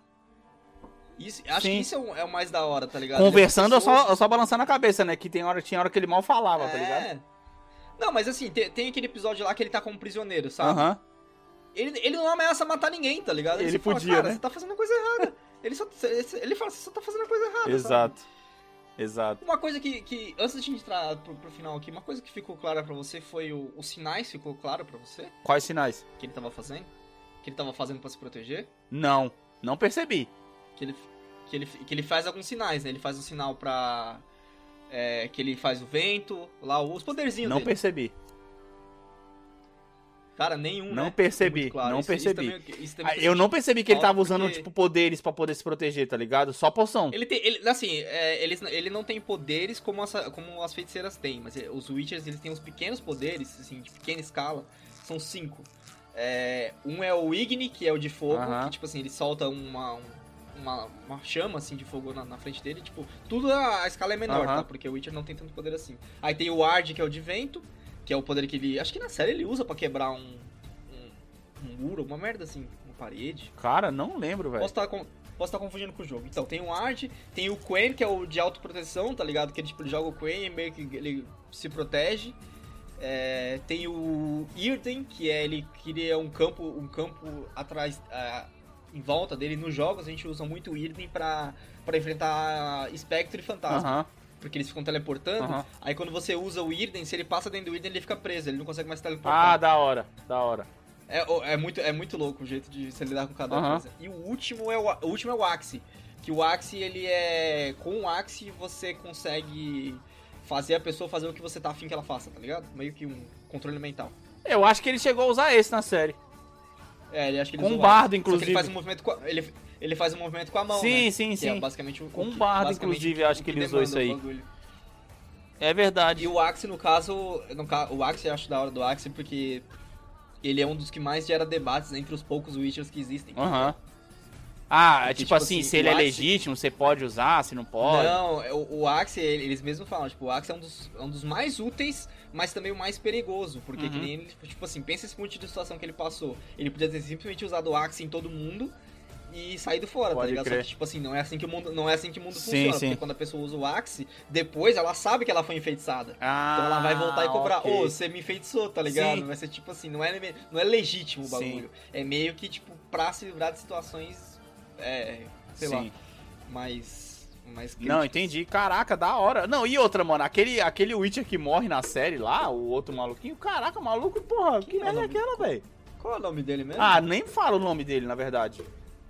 Speaker 5: Acho
Speaker 3: Sim.
Speaker 5: que isso é o mais da hora, tá ligado?
Speaker 3: Conversando,
Speaker 5: Ele é uma pessoa-
Speaker 3: eu só balançando a cabeça, né? Que tinha hora que ele mal falava, tá ligado?
Speaker 5: Não, mas assim, tem aquele episódio lá que ele tá como prisioneiro, sabe?
Speaker 3: Aham.
Speaker 5: Ele não ameaça matar ninguém, tá ligado?
Speaker 3: Ele
Speaker 5: só fala,
Speaker 3: podia,
Speaker 5: cara,
Speaker 3: né?
Speaker 5: você tá fazendo a coisa errada. Ele fala, você só tá fazendo a coisa errada, sabe?
Speaker 3: Exato. Exato.
Speaker 5: Uma coisa que antes de a gente entrar pro final aqui, uma coisa que ficou clara pra você foi os sinais, ficou claro pra você?
Speaker 3: Quais sinais?
Speaker 5: Que ele tava fazendo? Que ele tava fazendo pra se proteger?
Speaker 3: Não percebi.
Speaker 5: Que ele faz alguns sinais, né? Ele faz um sinal pra... que ele faz o vento, lá, os poderzinhos
Speaker 3: Não
Speaker 5: dele.
Speaker 3: percebi.
Speaker 5: Cara, nenhum,
Speaker 3: Não
Speaker 5: né?
Speaker 3: percebi,
Speaker 5: Muito claro.
Speaker 3: não percebi.
Speaker 5: Isso também
Speaker 3: Eu não percebi que ele tava usando,
Speaker 5: porque-
Speaker 3: tipo, poderes pra poder se proteger, tá ligado? Só poção.
Speaker 5: Ele não tem poderes como as feiticeiras têm, mas os Witchers, eles têm uns pequenos poderes, assim, de pequena escala, são 5. Um é o Igni, que é o de fogo,
Speaker 3: Aham.
Speaker 5: que, tipo assim, ele solta uma chama, assim, de fogo na frente dele, tipo, tudo a escala é menor,
Speaker 3: Aham.
Speaker 5: tá? Porque o Witcher não tem tanto poder assim. Aí tem o Ard, que é o de vento, que é o poder que ele... Acho que na série ele usa pra quebrar um muro, uma merda assim, uma parede.
Speaker 3: Cara, não lembro, velho.
Speaker 5: Posso estar confundindo com o jogo. Então, tem o Ard, tem o Quen, que é o de autoproteção, tá ligado? Que ele, tipo, ele joga o Quen e meio que ele se protege. Tem o Irden, que ele cria um campo atrás, em volta dele. Nos jogos a gente usa muito o Irden pra enfrentar espectro e fantasma.
Speaker 3: Aham.
Speaker 5: Porque eles ficam teleportando.
Speaker 3: Aham.
Speaker 5: Aí quando você usa o Irden, se ele passa dentro do Irden, ele fica preso. Ele não consegue mais
Speaker 3: Ah,
Speaker 5: teleportar.
Speaker 3: da hora.
Speaker 5: É muito louco o jeito de se lidar com cada
Speaker 3: Aham.
Speaker 5: coisa. E o último é o Axie. Que o Axie, ele é... Com o Axie, você consegue fazer a pessoa fazer o que você tá afim que ela faça, tá ligado? Meio que um controle mental.
Speaker 3: Eu acho que ele chegou a usar esse na série.
Speaker 5: Ele acho que ele
Speaker 3: Com
Speaker 5: usa
Speaker 3: um
Speaker 5: o
Speaker 3: bardo,
Speaker 5: Axie. Só que
Speaker 3: inclusive.
Speaker 5: ele faz um movimento com ele faz um movimento com a mão,
Speaker 3: Sim,
Speaker 5: né?
Speaker 3: sim,
Speaker 5: Que
Speaker 3: sim.
Speaker 5: é basicamente
Speaker 3: Com um bardo,
Speaker 5: basicamente
Speaker 3: inclusive, acho
Speaker 5: o
Speaker 3: que ele usou
Speaker 5: demanda
Speaker 3: isso aí.
Speaker 5: o bagulho.
Speaker 3: É verdade.
Speaker 5: E o Axie, no caso, o Axie eu acho da hora do Axie porque ele é um dos que mais gera debates entre os poucos Witchers que existem.
Speaker 3: Aham. Ah,
Speaker 5: Porque,
Speaker 3: tipo
Speaker 5: tipo
Speaker 3: assim,
Speaker 5: assim,
Speaker 3: se ele
Speaker 5: o
Speaker 3: é
Speaker 5: Axie-
Speaker 3: legítimo, você pode usar, se não pode.
Speaker 5: Não, o Axie, eles mesmos falam, tipo, o Axie é um dos mais úteis, mas também o mais perigoso, porque
Speaker 3: Uhum.
Speaker 5: que nem ele, tipo assim, pensa esse monte de situação que ele passou. Ele podia ter simplesmente usado o Axie em todo mundo e saído fora,
Speaker 3: Pode
Speaker 5: tá ligado?
Speaker 3: crer.
Speaker 5: Só que, tipo assim, não é assim que o mundo
Speaker 3: Sim,
Speaker 5: funciona,
Speaker 3: sim.
Speaker 5: porque quando a pessoa usa o Axie, depois ela sabe que ela foi enfeitiçada.
Speaker 3: Ah,
Speaker 5: Então ela vai voltar e cobrar,
Speaker 3: ok.
Speaker 5: ô, você me enfeitiçou, tá ligado?
Speaker 3: Sim.
Speaker 5: Vai ser tipo assim, não é legítimo o
Speaker 3: Sim.
Speaker 5: bagulho. É meio que, tipo, pra se livrar de situações, sei lá,
Speaker 3: Sim.
Speaker 5: mais
Speaker 3: Não,
Speaker 5: críticas.
Speaker 3: entendi. Caraca, da hora. Não, e outra, mano, aquele Witcher que morre na série lá, o outro maluquinho, caraca, maluco, porra, que
Speaker 5: Quem é o
Speaker 3: merda é
Speaker 5: nome?
Speaker 3: aquela, velho?
Speaker 5: Qual é o nome dele mesmo?
Speaker 3: Ah, nem fala o nome dele, na verdade.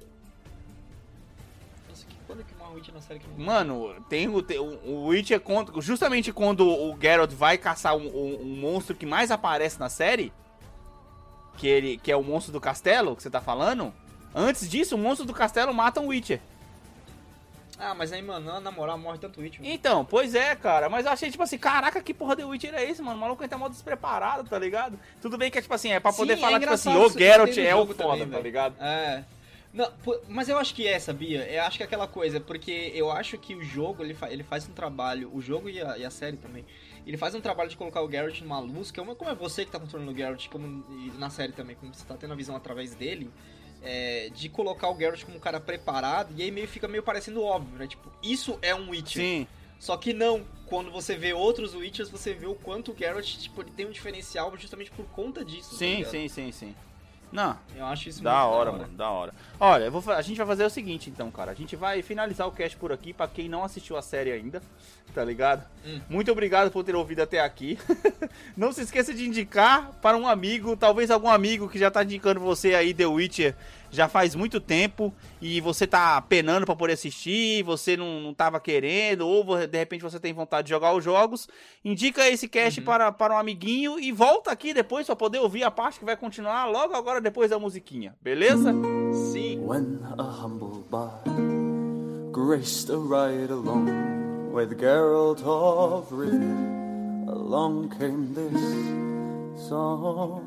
Speaker 5: Nossa, quando que morre o Witcher na série que não...
Speaker 3: Mano, o Witcher, justamente quando o Geralt vai caçar um monstro que mais aparece na série, que é o monstro do castelo, que você tá falando, antes disso, o monstro do castelo mata um Witcher.
Speaker 5: Ah, mas aí, mano, na moral, morre tanto Witcher.
Speaker 3: Então, pois é, cara, mas eu achei, tipo assim, caraca, que porra de Witcher é esse, mano? O maluco tá mal despreparado, tá ligado? Tudo bem que é, tipo assim, é pra poder
Speaker 5: Sim,
Speaker 3: falar,
Speaker 5: é
Speaker 3: tipo assim,
Speaker 5: engraçado
Speaker 3: o
Speaker 5: isso
Speaker 3: Geralt
Speaker 5: tem no
Speaker 3: é o
Speaker 5: jogo
Speaker 3: foda,
Speaker 5: também,
Speaker 3: tá
Speaker 5: velho.
Speaker 3: ligado?
Speaker 5: Não, mas eu acho que sabia? Eu acho que é aquela coisa, porque eu acho que o jogo, ele faz um trabalho, o jogo e a série também, ele faz um trabalho de colocar o Geralt numa luz, que como é você que tá controlando o Geralt, e na série também, como você tá tendo a visão através dele, de colocar o Geralt como um cara preparado, e aí fica meio parecendo óbvio, né? Tipo, isso é um Witcher.
Speaker 3: Sim,
Speaker 5: Só que não, quando você vê outros Witchers, você vê o quanto o Geralt, tipo, ele tem um diferencial justamente por conta disso. tá
Speaker 3: sim,
Speaker 5: ligado?
Speaker 3: sim. Não,
Speaker 5: Eu acho isso
Speaker 3: da
Speaker 5: muito
Speaker 3: hora, mano, da hora. Olha, a gente vai fazer o seguinte, então, cara. A gente vai finalizar o cast por aqui, pra quem não assistiu a série ainda, tá ligado? Muito obrigado por ter ouvido até aqui. Não se esqueça de indicar para um amigo, talvez algum amigo que já tá indicando você aí The Witcher já faz muito tempo e você tá penando pra poder assistir, você não tava querendo, ou de repente você tem vontade de jogar os jogos. Indica esse cast para um amiguinho e volta aqui depois pra poder ouvir a parte que vai continuar logo agora depois da musiquinha, beleza?
Speaker 5: Sim.
Speaker 4: When a humble bard graced a ride along with Geralt of Rivia, along came this song.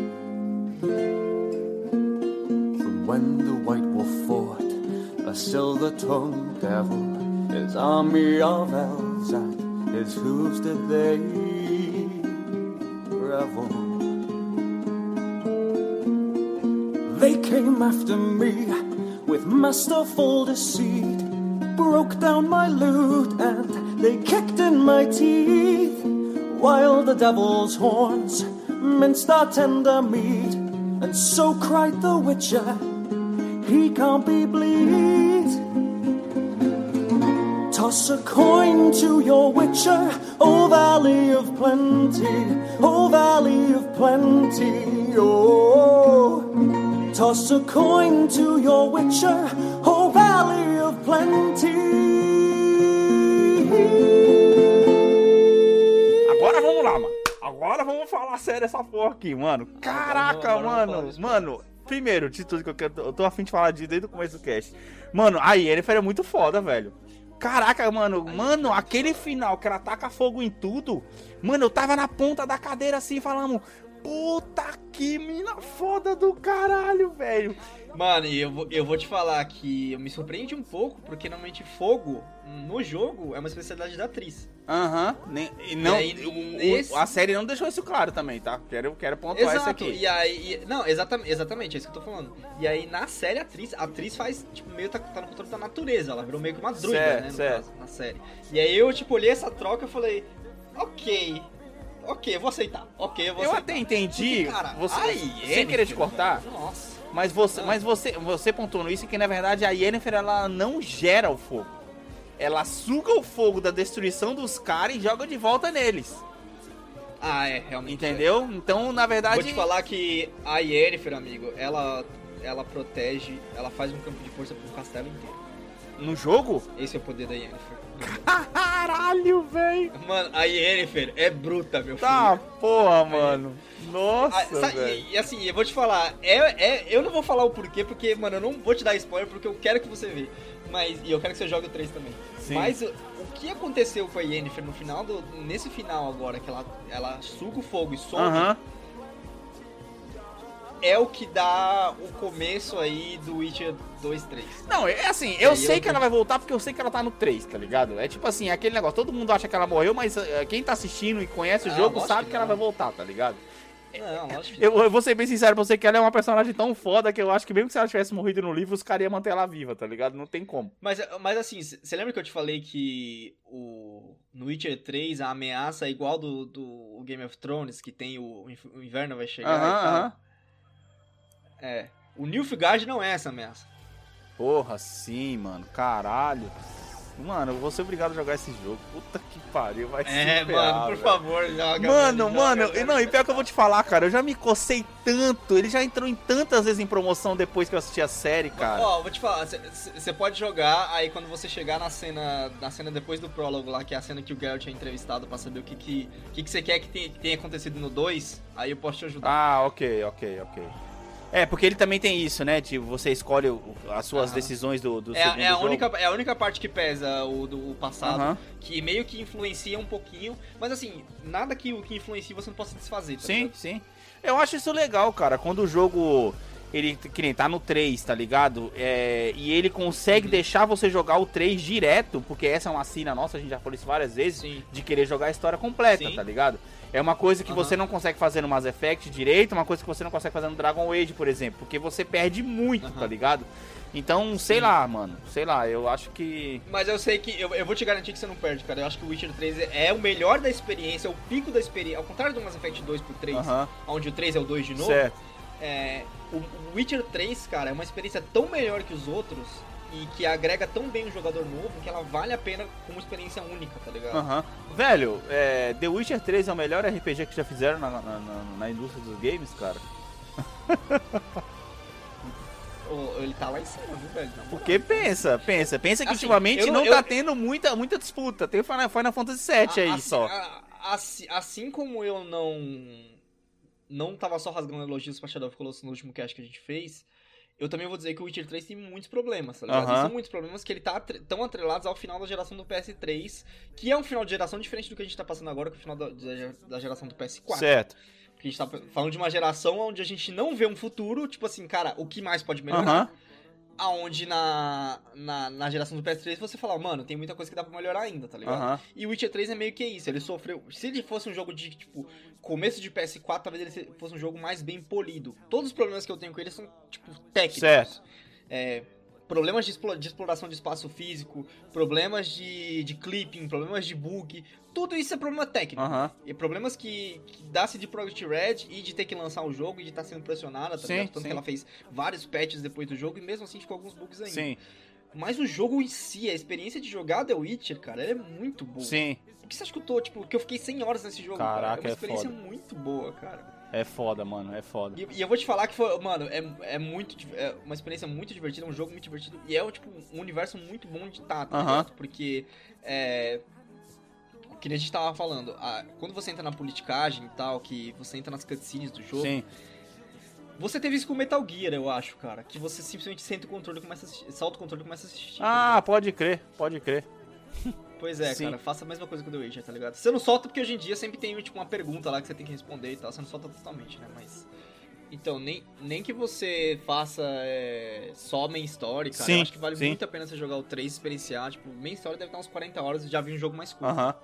Speaker 4: From when the White Wolf fought a silver-tongued devil, his army of elves at his hooves did they revel. They came after me with masterful deceit, broke down my lute and they kicked in my teeth. while the devil's horns minced our tender meat. And so cried the Witcher, he can't be bleed. Toss a coin to your Witcher, O Valley of Plenty, O Valley of Plenty, oh. Toss a coin to your Witcher, O Valley of Plenty.
Speaker 3: Agora vamos lá, mano. Agora vamos falar sério essa porra aqui, mano. Caraca, mano. Primeiro, de tudo que eu tô a fim de falar disso desde o começo do cast. Mano, a Yennefer é muito foda, velho. Caraca, mano, aquele final que ela taca fogo em tudo. Mano, eu tava na ponta da cadeira assim, falando... Puta que mina foda do caralho, velho.
Speaker 5: Mano, e eu vou te falar que eu me surpreende um pouco, porque normalmente fogo no jogo é uma especialidade da atriz.
Speaker 3: Aham. A série não deixou isso claro também, tá? Quero pontuar isso aqui.
Speaker 5: E aí... Não, exatamente, é isso que eu tô falando. E aí, na série, a atriz faz, tipo, meio tá no controle da natureza. Ela virou meio que uma druida,
Speaker 3: certo,
Speaker 5: né? No
Speaker 3: certo.
Speaker 5: caso, na série. E aí eu, tipo, olhei essa troca e falei... Ok, eu vou aceitar.
Speaker 3: Eu até entendi,
Speaker 5: porque, cara,
Speaker 3: sem querer te cortar,
Speaker 5: nossa.
Speaker 3: mas você pontuou isso que na verdade a Yennefer ela não gera o fogo. Ela suga o fogo da destruição dos caras e joga de volta neles.
Speaker 5: Ah, realmente.
Speaker 3: Entendeu? Então, na verdade...
Speaker 5: Vou te falar que a Yennefer, amigo, ela protege, ela faz um campo de força pro castelo inteiro.
Speaker 3: No jogo?
Speaker 5: Esse é o poder da Yennefer.
Speaker 3: Caralho, velho.
Speaker 5: Mano, a Yennefer é bruta, meu filho.
Speaker 3: Tá, porra, mano. Nossa, velho.
Speaker 5: E assim, eu vou te falar, eu não vou falar o porquê, porque, mano, eu não vou te dar spoiler, porque eu quero que você vê. E eu quero que você jogue o 3 também.
Speaker 3: Sim.
Speaker 5: Mas o que aconteceu com a Yennefer no final, nesse final agora, que ela suga o fogo e some, é o que dá o começo aí do Witcher 2, 3.
Speaker 3: Não, é assim, eu sei que ela vai voltar porque eu sei que ela tá no 3, tá ligado? É tipo assim, aquele negócio, todo mundo acha que ela morreu, mas quem tá assistindo e conhece o jogo sabe que ela vai voltar, tá ligado?
Speaker 5: Não, lógico que
Speaker 3: Eu vou ser bem sincero pra você que ela é uma personagem tão foda que eu acho que mesmo que se ela tivesse morrido no livro, os caras iam manter ela viva, tá ligado? Não tem como.
Speaker 5: Mas assim, você lembra que eu te falei que no Witcher 3 a ameaça é igual do Game of Thrones, que tem o inverno vai chegar e tal? O Nilfgaard não é essa ameaça.
Speaker 3: Porra, sim, mano. Caralho. Mano, eu vou ser obrigado a jogar esse jogo. Puta que pariu, vai ser
Speaker 5: mano, por favor, joga.
Speaker 3: Mano, e pior que eu vou te falar, cara, eu já me cocei tanto, ele já entrou em tantas vezes em promoção depois que eu assisti a série, cara.
Speaker 5: Ó, vou te falar, você pode jogar, aí quando você chegar na cena depois do prólogo lá, que é a cena que o Geralt é entrevistado pra saber o que você quer que tenha acontecido no 2, aí eu posso te ajudar.
Speaker 3: Ah, ok. É, porque ele também tem isso, né? Tipo, você escolhe as suas decisões do segundo jogo.
Speaker 5: É a única parte que pesa do passado, que meio que influencia um pouquinho, mas assim, nada que influencie você não possa desfazer, tá ligado?
Speaker 3: Sim. Eu acho isso legal, cara, quando o jogo, ele, que nem tá no 3, tá ligado? E ele consegue deixar você jogar o 3 direto, porque essa é uma sina nossa, a gente já falou isso várias vezes, de querer jogar a história completa, tá ligado? É uma coisa que você não consegue fazer no Mass Effect direito, uma coisa que você não consegue fazer no Dragon Age, por exemplo, porque você perde muito, tá ligado? Então, sei lá, mano, eu acho que...
Speaker 5: Mas eu sei que, eu vou te garantir que você não perde, cara, eu acho que o Witcher 3 é o melhor da experiência, é o pico da experiência, ao contrário do Mass Effect 2 pro 3, onde o 3 é o 2 de novo, o Witcher 3, cara, é uma experiência tão melhor que os outros, e que agrega tão bem um jogador novo que ela vale a pena como experiência única, tá ligado?
Speaker 3: Velho, The Witcher 3 é o melhor RPG que já fizeram na indústria dos games, cara.
Speaker 5: Ele tá lá em cima, viu, velho?
Speaker 3: Porque pensa que ultimamente não tá tendo muita disputa. Tem o Final Fantasy VII aí só.
Speaker 5: Assim como eu não tava só rasgando elogios pra Shadow of Colossus no último cast que a gente fez, eu também vou dizer que o Witcher 3 tem muitos problemas, tá ligado? São muitos problemas que ele tá tão atrelados ao final da geração do PS3, que é um final de geração diferente do que a gente tá passando agora, que é o final da geração do PS4.
Speaker 3: Certo.
Speaker 5: Porque a gente tá falando de uma geração onde a gente não vê um futuro, tipo assim, cara, o que mais pode melhorar? Aonde na geração do PS3 você fala, mano, tem muita coisa que dá pra melhorar ainda, tá ligado? E o Witcher 3 é meio que isso, ele sofreu... Se ele fosse um jogo de, tipo, começo de PS4, talvez ele fosse um jogo mais bem polido. Todos os problemas que eu tenho com ele são, tipo, técnicos.
Speaker 3: Certo.
Speaker 5: problemas de exploração de espaço físico, problemas de clipping, problemas de bug, tudo isso é problema técnico.
Speaker 3: Aham.
Speaker 5: E problemas que dá-se de Project Red e de ter que lançar o jogo e de estar sendo pressionada, tá
Speaker 3: Sim,
Speaker 5: ligado? Tanto
Speaker 3: sim.
Speaker 5: que ela fez vários patches depois do jogo e mesmo assim ficou alguns bugs ainda.
Speaker 3: Sim,
Speaker 5: Mas o jogo em si, a experiência de jogar The Witcher, cara, ela é muito boa.
Speaker 3: sim.
Speaker 5: Por que você acha que eu tô, tipo, que eu fiquei 100 horas nesse jogo, cara?
Speaker 3: Caraca,
Speaker 5: É uma
Speaker 3: é
Speaker 5: experiência
Speaker 3: foda.
Speaker 5: muito boa, cara.
Speaker 3: É foda, mano, é foda.
Speaker 5: E eu vou te falar que foi, mano, é uma experiência muito divertida, um jogo muito divertido. E é, tipo, um universo muito bom de estar, tá
Speaker 3: Aham.
Speaker 5: ligado? Porque, que nem a gente tava falando, quando você entra na politicagem e tal, que você entra nas cutscenes do jogo,
Speaker 3: Sim.
Speaker 5: você teve isso com Metal Gear, eu acho, cara. Que você simplesmente senta o controle e começa a assistir, solta o controle e começa a assistir.
Speaker 3: Ah, pode crer, pode crer.
Speaker 5: Pois é,
Speaker 3: sim.
Speaker 5: cara, faça a mesma coisa com o The Witcher, tá ligado? Você não solta porque hoje em dia sempre tem, tipo, uma pergunta lá que você tem que responder e tal, você não solta totalmente, né? Mas... Então, nem que você faça só main story, cara,
Speaker 3: Sim,
Speaker 5: eu acho que vale
Speaker 3: sim.
Speaker 5: muito a pena você jogar o 3 e experienciar, tipo, main story deve estar uns 40 horas e já vi um jogo mais curto.
Speaker 3: Aham.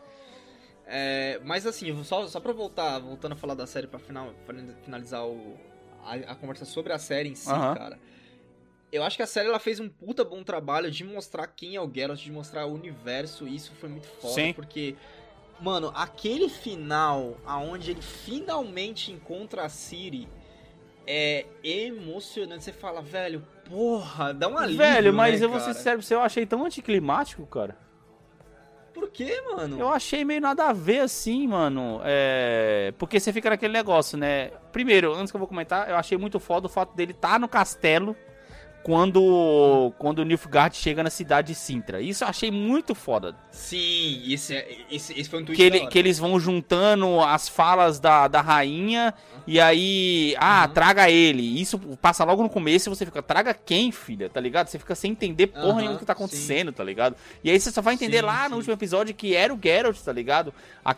Speaker 5: Mas assim, só pra voltando a falar da série pra finalizar a conversa sobre a série em si,
Speaker 3: Aham.
Speaker 5: cara. Eu acho que a série ela fez um puta bom trabalho de mostrar quem é o Geralt, de mostrar o universo, e isso foi muito foda,
Speaker 3: Sim.
Speaker 5: porque, mano, aquele final aonde ele finalmente encontra a Ciri é emocionante. Você fala, velho, porra, dá um alívio,
Speaker 3: Velho, mas
Speaker 5: né,
Speaker 3: eu vou ser
Speaker 5: cara?
Speaker 3: sincero pra você, eu achei tão anticlimático, cara.
Speaker 5: Por quê, mano?
Speaker 3: Eu achei meio nada a ver assim, mano. Porque você fica naquele negócio, né? Primeiro, antes que eu vou comentar, eu achei muito foda o fato dele estar no castelo quando o Nilfgaard chega na cidade de Sintra. Isso eu achei muito foda.
Speaker 5: Sim, esse foi um tweet
Speaker 3: Que,
Speaker 5: da hora.
Speaker 3: que eles vão juntando as falas da rainha e aí, traga ele. Isso passa logo no começo e você fica, traga quem, filha? Tá ligado? Você fica sem entender porra
Speaker 5: Aham,
Speaker 3: nenhuma do que tá acontecendo, tá ligado? E aí você só vai entender
Speaker 5: Sim,
Speaker 3: lá
Speaker 5: sim.
Speaker 3: no último episódio que era o Geralt, tá ligado?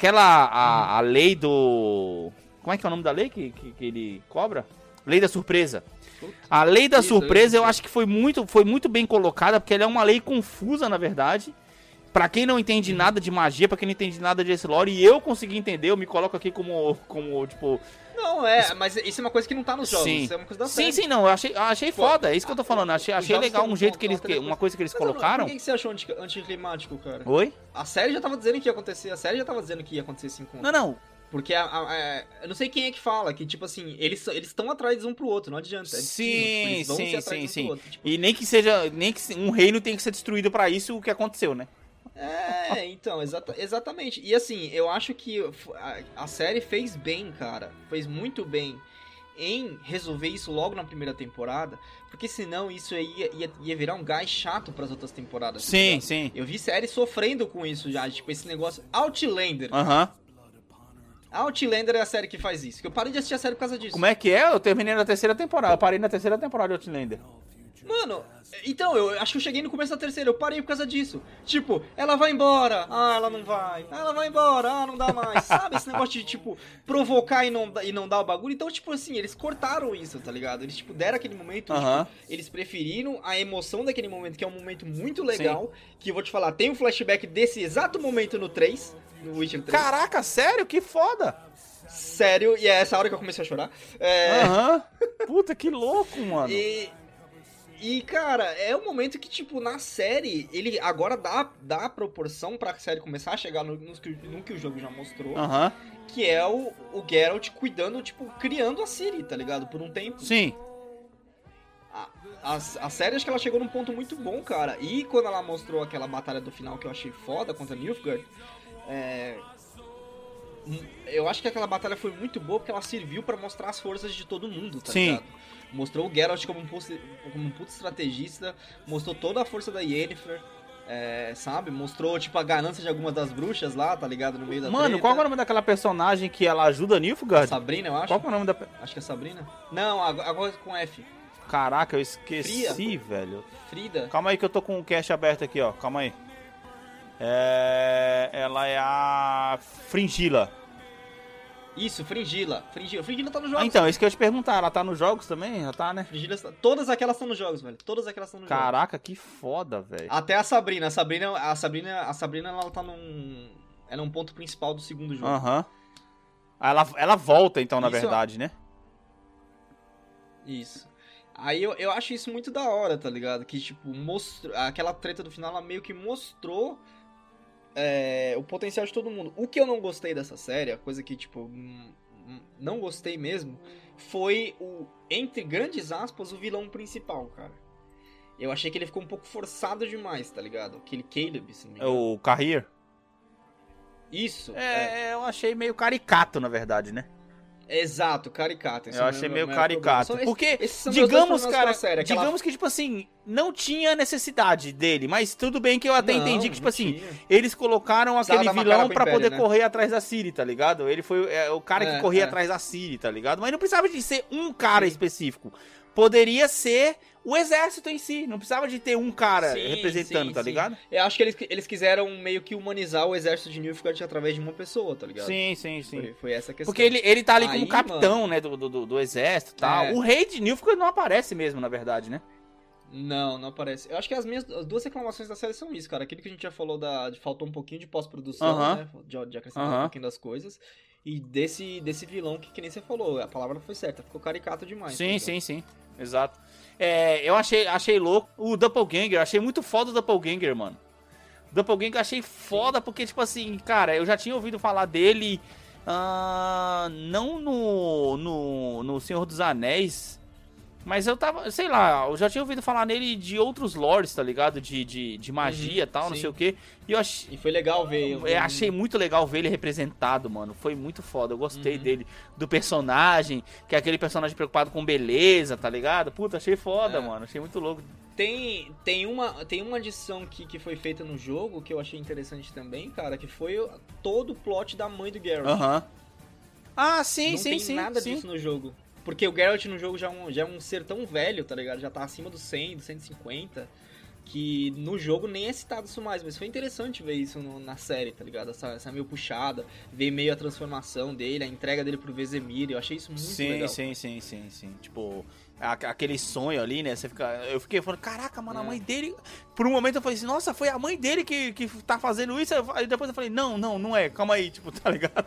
Speaker 3: A lei do... Como é que é o nome da lei que ele cobra? Lei da surpresa. A lei da
Speaker 5: Isso, lei da
Speaker 3: surpresa eu
Speaker 5: surpresa.
Speaker 3: acho que foi muito bem colocada, porque ela é uma lei confusa, na verdade. Pra quem não entende nada de magia, pra quem não entende nada de lore, e eu consegui entender, eu me coloco aqui como tipo...
Speaker 5: Não, mas isso é uma coisa que não tá nos jogos,
Speaker 3: Sim.
Speaker 5: isso é uma coisa da
Speaker 3: Sim,
Speaker 5: série.
Speaker 3: não, eu achei foda, é isso que eu tô falando. Achei
Speaker 5: Os jogos
Speaker 3: legal
Speaker 5: tão-
Speaker 3: um jeito
Speaker 5: tão-
Speaker 3: que eles,
Speaker 5: tão até
Speaker 3: uma coisa que eles
Speaker 5: Mas, Bruno,
Speaker 3: colocaram.
Speaker 5: Por que você achou anticlimático, cara?
Speaker 3: Oi?
Speaker 5: A série já tava dizendo que ia acontecer, a série já tava dizendo que ia acontecer esse encontro.
Speaker 3: Não.
Speaker 5: Porque eu não sei quem é que fala, que tipo assim, eles estão atrás um pro outro, não adianta. É destino, tipo, eles vão ser atrás um pro outro. Tipo,
Speaker 3: E nem que um reino tem que ser destruído pra isso o que aconteceu, né?
Speaker 5: então, exatamente. E assim, eu acho que a série fez bem, cara. Fez muito bem em resolver isso logo na primeira temporada, porque senão isso aí ia virar um gás chato pras outras temporadas. tá
Speaker 3: Sim,
Speaker 5: ligado?
Speaker 3: sim.
Speaker 5: Eu vi série sofrendo com isso já, tipo, esse negócio. Outlander.
Speaker 3: Aham.
Speaker 5: Outlander é a série que faz isso. Que eu parei de assistir a série por causa disso.
Speaker 3: Como é que é? Eu terminei na terceira temporada. Eu parei na terceira temporada de Outlander.
Speaker 5: Mano, então, eu acho que eu cheguei no começo da terceira, eu parei por causa disso. Tipo, ela vai embora, ela não vai. Ela vai embora, não dá mais. Sabe, esse negócio de, tipo, provocar e não dar o bagulho. Então, tipo assim, eles cortaram isso, tá ligado? Eles, tipo, deram aquele momento,
Speaker 3: Aham.
Speaker 5: tipo, eles preferiram a emoção daquele momento, que é um momento muito legal. Que eu vou te falar, tem um flashback desse exato momento no 3, no Witcher 3.
Speaker 3: Caraca, sério? Que foda!
Speaker 5: Sério, e é essa hora que eu comecei a chorar.
Speaker 3: Aham. Puta, que louco, mano.
Speaker 5: E, cara, é um momento que, tipo, na série, ele agora dá proporção pra série começar a chegar no que o jogo já mostrou,
Speaker 3: Aham.
Speaker 5: que é o Geralt cuidando, tipo, criando a Ciri, tá ligado? Por um tempo.
Speaker 3: Sim.
Speaker 5: A série, acho que ela chegou num ponto muito bom, cara. E quando ela mostrou aquela batalha do final que eu achei foda contra Nilfgaard, eu acho que aquela batalha foi muito boa porque ela serviu pra mostrar as forças de todo mundo, tá
Speaker 3: Sim.
Speaker 5: ligado? Mostrou o Geralt como um puto estrategista, mostrou toda a força da Yennefer, sabe? Mostrou, tipo, a ganância de algumas das bruxas lá, tá ligado? No meio da
Speaker 3: Mano,
Speaker 5: treta.
Speaker 3: qual é o nome daquela personagem que ela ajuda a Nilfgaard?
Speaker 5: Sabrina, eu acho.
Speaker 3: Qual que é o nome da...
Speaker 5: Acho que é Sabrina. Não, agora com F.
Speaker 3: Caraca, eu esqueci,
Speaker 5: Fria.
Speaker 3: velho.
Speaker 5: Frida.
Speaker 3: Calma aí que eu tô com o cache aberto aqui, ó. Calma aí. Ela é a Fringilla.
Speaker 5: Isso, Fringilla. Fringilla tá nos jogos.
Speaker 3: Então, isso que eu ia te perguntar. Ela tá nos jogos também? Já tá, né?
Speaker 5: Fringilla todas aquelas estão nos jogos, velho. Todas aquelas estão nos jogos.
Speaker 3: Caraca, que foda, velho.
Speaker 5: Até a Sabrina. A Sabrina, ela tá ela é um ponto principal do segundo jogo.
Speaker 3: Aham. Ela volta, então, na
Speaker 5: Isso-
Speaker 3: verdade, né?
Speaker 5: Isso. Aí eu acho isso muito da hora, tá ligado? Que, tipo, aquela treta do final, ela meio que mostrou o potencial de todo mundo. O que eu não gostei dessa série, a coisa que, tipo, não gostei mesmo, foi entre grandes aspas, o vilão principal, cara. Eu achei que ele ficou um pouco forçado demais, tá ligado? Aquele Caleb, se não me engano.
Speaker 3: O Carrier?
Speaker 5: Isso.
Speaker 3: Eu achei meio caricato, na verdade, né?
Speaker 5: Exato, caricato.
Speaker 3: Eu achei meio caricato. Porque,
Speaker 5: esses
Speaker 3: digamos, cara,
Speaker 5: série,
Speaker 3: digamos que, tipo assim, não tinha necessidade dele, mas tudo bem que eu até entendi que, tipo assim,
Speaker 5: tinha.
Speaker 3: eles colocaram
Speaker 5: Precisava
Speaker 3: aquele
Speaker 5: dar uma
Speaker 3: vilão
Speaker 5: cara pro
Speaker 3: pra
Speaker 5: Império,
Speaker 3: poder
Speaker 5: né?
Speaker 3: correr atrás da Ciri, tá ligado? Ele foi o cara que corria
Speaker 5: é.
Speaker 3: atrás da Ciri, tá ligado? Mas não precisava de ser um cara específico. Poderia ser o exército em si, não precisava de ter um cara representando, tá ligado?
Speaker 5: Eu acho que eles quiseram meio que humanizar o exército de Nilfgaard através de uma pessoa, tá ligado?
Speaker 3: Sim.
Speaker 5: Foi essa a questão.
Speaker 3: Porque ele tá ali
Speaker 5: Aí,
Speaker 3: como capitão,
Speaker 5: mano,
Speaker 3: né, do exército e tal.
Speaker 5: É.
Speaker 3: O rei de Nilfgaard não aparece mesmo, na verdade, né?
Speaker 5: Não aparece. Eu acho que as duas reclamações da série são isso, cara. Aquilo que a gente já falou de faltou um pouquinho de pós-produção,
Speaker 3: Aham.
Speaker 5: né? De acrescentar um pouquinho das coisas. E desse vilão que nem você falou. A palavra foi certa, ficou caricato demais. tá ligado?
Speaker 3: Sim. Exato. Eu achei louco. O Doppelganger, achei muito foda o Doppelganger, mano. O Doppelganger eu achei foda porque, tipo assim, cara, eu já tinha ouvido falar dele não no Senhor dos Anéis, mas eu tava, sei lá, eu já tinha ouvido falar nele de outros lores, tá ligado? De magia e tal, não
Speaker 5: sim.
Speaker 3: sei o que. E eu achei.
Speaker 5: E foi legal ver.
Speaker 3: Eu achei muito legal ver ele representado, mano. Foi muito foda. Eu gostei dele. Do personagem, que é aquele personagem preocupado com beleza, tá ligado? Puta, achei foda, mano. Achei muito louco.
Speaker 5: Tem uma adição que foi feita no jogo que eu achei interessante também, cara, que foi todo o plot da mãe do Geralt.
Speaker 3: Aham. Ah, sim.
Speaker 5: Não tem nada disso no jogo. Porque o Geralt no jogo já é um ser tão velho, tá ligado? Já tá acima dos 100, dos 150, que no jogo nem é citado isso mais. Mas foi interessante ver isso na série, tá ligado? Essa meio puxada, ver meio a transformação dele, a entrega dele pro Vesemir. Eu achei isso muito legal.
Speaker 3: Sim. Tipo, aquele sonho ali, né? Eu fiquei falando, caraca, mano, a mãe dele... Por um momento eu falei assim, nossa, foi a mãe dele que tá fazendo isso? Aí depois eu falei, não é, calma aí, tipo, tá ligado?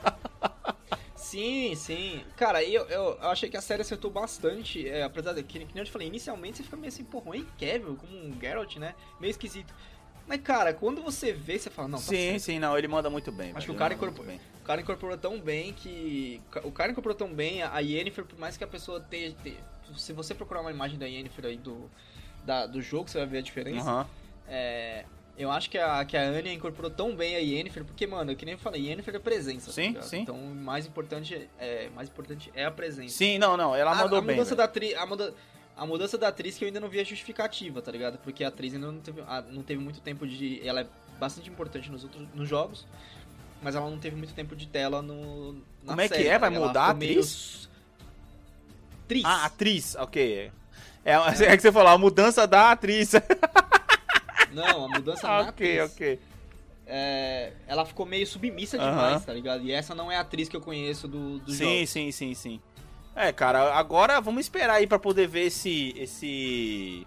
Speaker 5: Sim. Cara, eu achei que a série acertou bastante, apesar de que nem eu te falei, inicialmente você fica meio assim, porra, o Henry Cavill como um Geralt, né? Meio esquisito. Mas, cara, quando você vê, você fala, não, tá certo.
Speaker 3: Sim, não, ele manda muito bem.
Speaker 5: Acho que
Speaker 3: velho,
Speaker 5: o cara incorporou tão bem que... O cara incorporou tão bem a Yennefer, por mais que a pessoa tenha... Se você procurar uma imagem da Yennefer aí do jogo, você vai ver a diferença.
Speaker 3: Aham.
Speaker 5: Eu acho que a Anya incorporou tão bem a Yennefer, porque, mano, que nem eu falei, Yennefer é presença.
Speaker 3: Sim,
Speaker 5: tá ligado?
Speaker 3: sim.
Speaker 5: Então, o mais importante é a presença.
Speaker 3: Sim, não, ela mandou bem.
Speaker 5: A mudança da atriz que eu ainda não vi a justificativa, tá ligado? Porque a atriz ainda não teve muito tempo de... Ela é bastante importante nos jogos, mas ela não teve muito tempo de tela na
Speaker 3: Como é
Speaker 5: série.
Speaker 3: que é? Vai
Speaker 5: Ela
Speaker 3: mudar a
Speaker 5: ficou meio-
Speaker 3: atriz?
Speaker 5: Atriz.
Speaker 3: Ah, atriz, ok. É que você falou, a mudança da atriz.
Speaker 5: Não, a mudança na atriz.
Speaker 3: ok.
Speaker 5: Ela ficou meio submissa demais, tá ligado? E essa não é a atriz que eu conheço do jogo.
Speaker 3: Sim. Cara, agora vamos esperar aí pra poder ver esse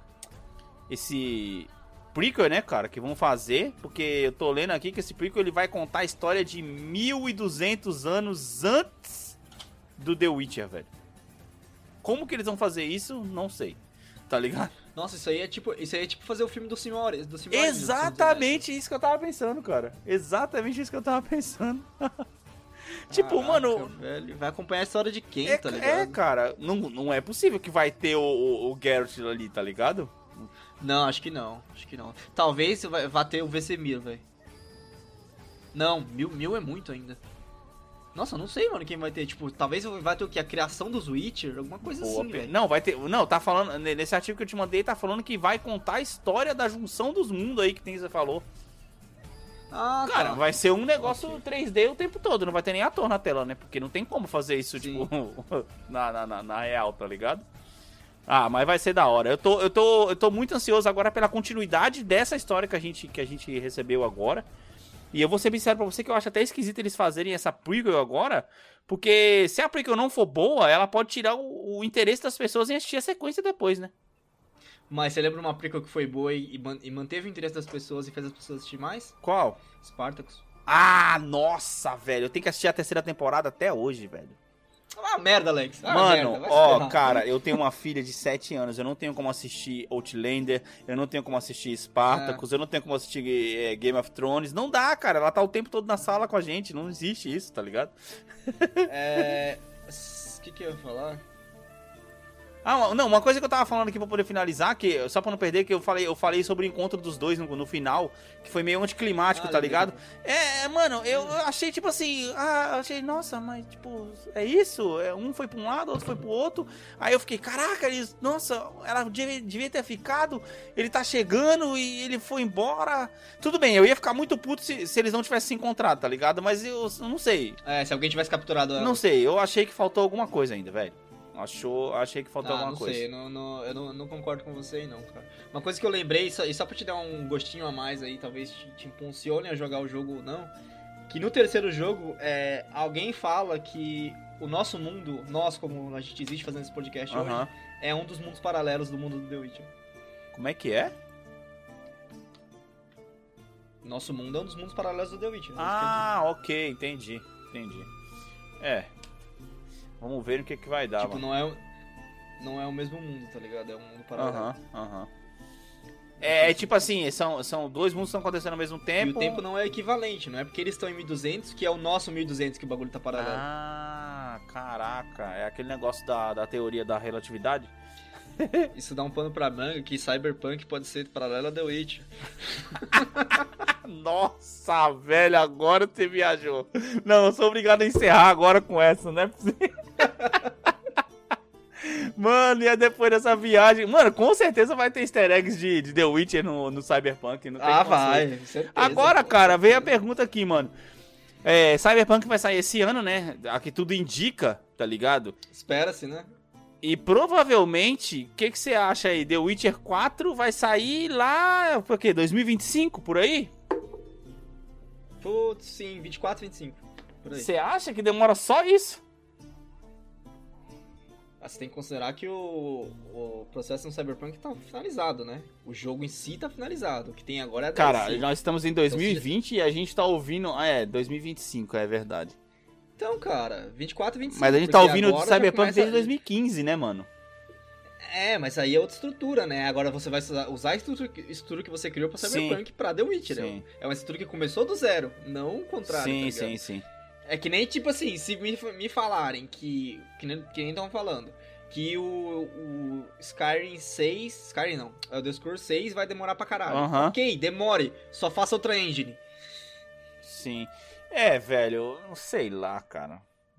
Speaker 3: prequel, né, cara, que vão fazer, porque eu tô lendo aqui que esse prequel ele vai contar a história de 1200 anos antes do The Witcher, velho. Como que eles vão fazer isso? Não sei. Tá ligado?
Speaker 5: Nossa, isso aí é tipo fazer o filme do Senhores.
Speaker 3: Exatamente isso que eu tava pensando, cara. Exatamente isso que eu tava pensando. Tipo,
Speaker 5: Caraca,
Speaker 3: mano...
Speaker 5: velho, vai acompanhar a história de quem, tá ligado?
Speaker 3: Cara, não é possível que vai ter o Geralt ali, tá ligado?
Speaker 5: Não, acho que não. Talvez vá ter o Vesemir, velho. Não, mil é muito ainda. Nossa, eu não sei, mano, quem vai ter. Tipo, talvez vai ter o quê? A criação dos Witcher? Alguma coisa assim, velho.
Speaker 3: Não, vai ter... Não, tá falando... Nesse artigo que eu te mandei, tá falando que vai contar a história da junção dos mundos aí, que você falou.
Speaker 5: Ah,
Speaker 3: Cara,
Speaker 5: tá.
Speaker 3: vai ser um negócio 3D o tempo todo, não vai ter nem ator na tela, né? Porque não tem como fazer isso,
Speaker 5: Sim.
Speaker 3: tipo, na real, tá ligado? Ah, mas vai ser da hora. Eu tô muito ansioso agora pela continuidade dessa história que a gente recebeu agora. E eu vou ser bem sincero pra você que eu acho até esquisito eles fazerem essa prequel agora, porque se a prequel não for boa, ela pode tirar o interesse das pessoas em assistir a sequência depois, né?
Speaker 5: Mas você lembra uma prequel que foi boa e manteve o interesse das pessoas e fez as pessoas assistir mais?
Speaker 3: Qual?
Speaker 5: Spartacus.
Speaker 3: Ah, nossa, velho. Eu tenho que assistir a terceira temporada até hoje, velho.
Speaker 5: Ah, merda, Alex. Ah,
Speaker 3: Mano,
Speaker 5: merda, vai se
Speaker 3: ó,
Speaker 5: ferrar.
Speaker 3: cara, eu tenho uma filha de 7 anos, eu não tenho como assistir Outlander, eu não tenho como assistir Spartacus, eu não tenho como assistir Game of Thrones. Não dá, cara, ela tá o tempo todo na sala com a gente, não existe isso, tá ligado?
Speaker 5: O que eu ia falar?
Speaker 3: Ah, não, uma coisa que eu tava falando aqui pra poder finalizar, que só pra não perder, que eu falei sobre o encontro dos dois no final, que foi meio anticlimático, tá ligado? Mano, eu achei tipo assim, achei, nossa, mas tipo, é isso? Um foi pra um lado, outro foi pro outro, aí eu fiquei, caraca, nossa, ela devia ter ficado, ele tá chegando e ele foi embora. Tudo bem, eu ia ficar muito puto se eles não tivessem se encontrado, tá ligado? Mas eu não sei.
Speaker 5: Se alguém tivesse capturado ela.
Speaker 3: Não sei, eu achei que faltou alguma coisa ainda, velho. Achei que faltou alguma coisa.
Speaker 5: Eu não concordo com você aí não, cara. Uma coisa que eu lembrei, e só pra te dar um gostinho a mais aí, talvez te impulsione a jogar o jogo ou não, que no terceiro jogo, alguém fala que o nosso mundo, nós como a gente existe fazendo esse podcast hoje, é um dos mundos paralelos do mundo do The Witcher.
Speaker 3: Como é que é?
Speaker 5: Nosso mundo é um dos mundos paralelos do The Witcher.
Speaker 3: Ok, entendi. Vamos ver o que vai dar,
Speaker 5: tipo,
Speaker 3: mano.
Speaker 5: não é o mesmo mundo, tá ligado? É um mundo paralelo.
Speaker 3: Tipo assim, são dois mundos que estão acontecendo ao mesmo tempo.
Speaker 5: E o tempo não é equivalente, não é porque eles estão em 1200 que é o nosso 1200 que o bagulho tá paralelo.
Speaker 3: Caraca, é aquele negócio da teoria da relatividade?
Speaker 5: Isso dá um pano pra manga que Cyberpunk pode ser paralelo a The Witcher.
Speaker 3: Nossa, velho, agora você viajou. Não, eu sou obrigado a encerrar agora com essa, não é possível. Mano, e depois dessa viagem... Mano, com certeza vai ter easter eggs de The Witcher no Cyberpunk. Não tem como
Speaker 5: vai,
Speaker 3: ser.
Speaker 5: certeza.
Speaker 3: Agora, cara, veio a pergunta aqui, mano. Cyberpunk vai sair esse ano, né? Aqui tudo indica, tá ligado?
Speaker 5: Espera-se, né?
Speaker 3: E provavelmente, o que você acha aí? The Witcher 4 vai sair lá, por quê? 2025, por aí?
Speaker 5: Putz, sim, 24, 25, por aí.
Speaker 3: Você acha que demora só isso?
Speaker 5: Você tem que considerar que o processo no Cyberpunk tá finalizado, né? O jogo em si tá finalizado. O que tem agora é a
Speaker 3: Cara,
Speaker 5: DLC.
Speaker 3: nós estamos em 2020 e a gente tá ouvindo... 2025, é verdade.
Speaker 5: Então, cara, 24, 25.
Speaker 3: Mas a gente tá ouvindo do Cyberpunk desde 2015, né, mano?
Speaker 5: Mas aí é outra estrutura, né? Agora você vai usar a estrutura que você criou pra Cyberpunk pra The Witcher.
Speaker 3: Sim.
Speaker 5: É uma estrutura que começou do zero, não o contrário.
Speaker 3: Sim.
Speaker 5: É que nem, tipo assim, se me falarem que nem estavam falando, que o Skyrim 6... Skyrim não, o The Scrolls 6 vai demorar pra caralho. Ok, demore, só faça outra engine.
Speaker 3: Sim. Velho, eu não sei lá, cara.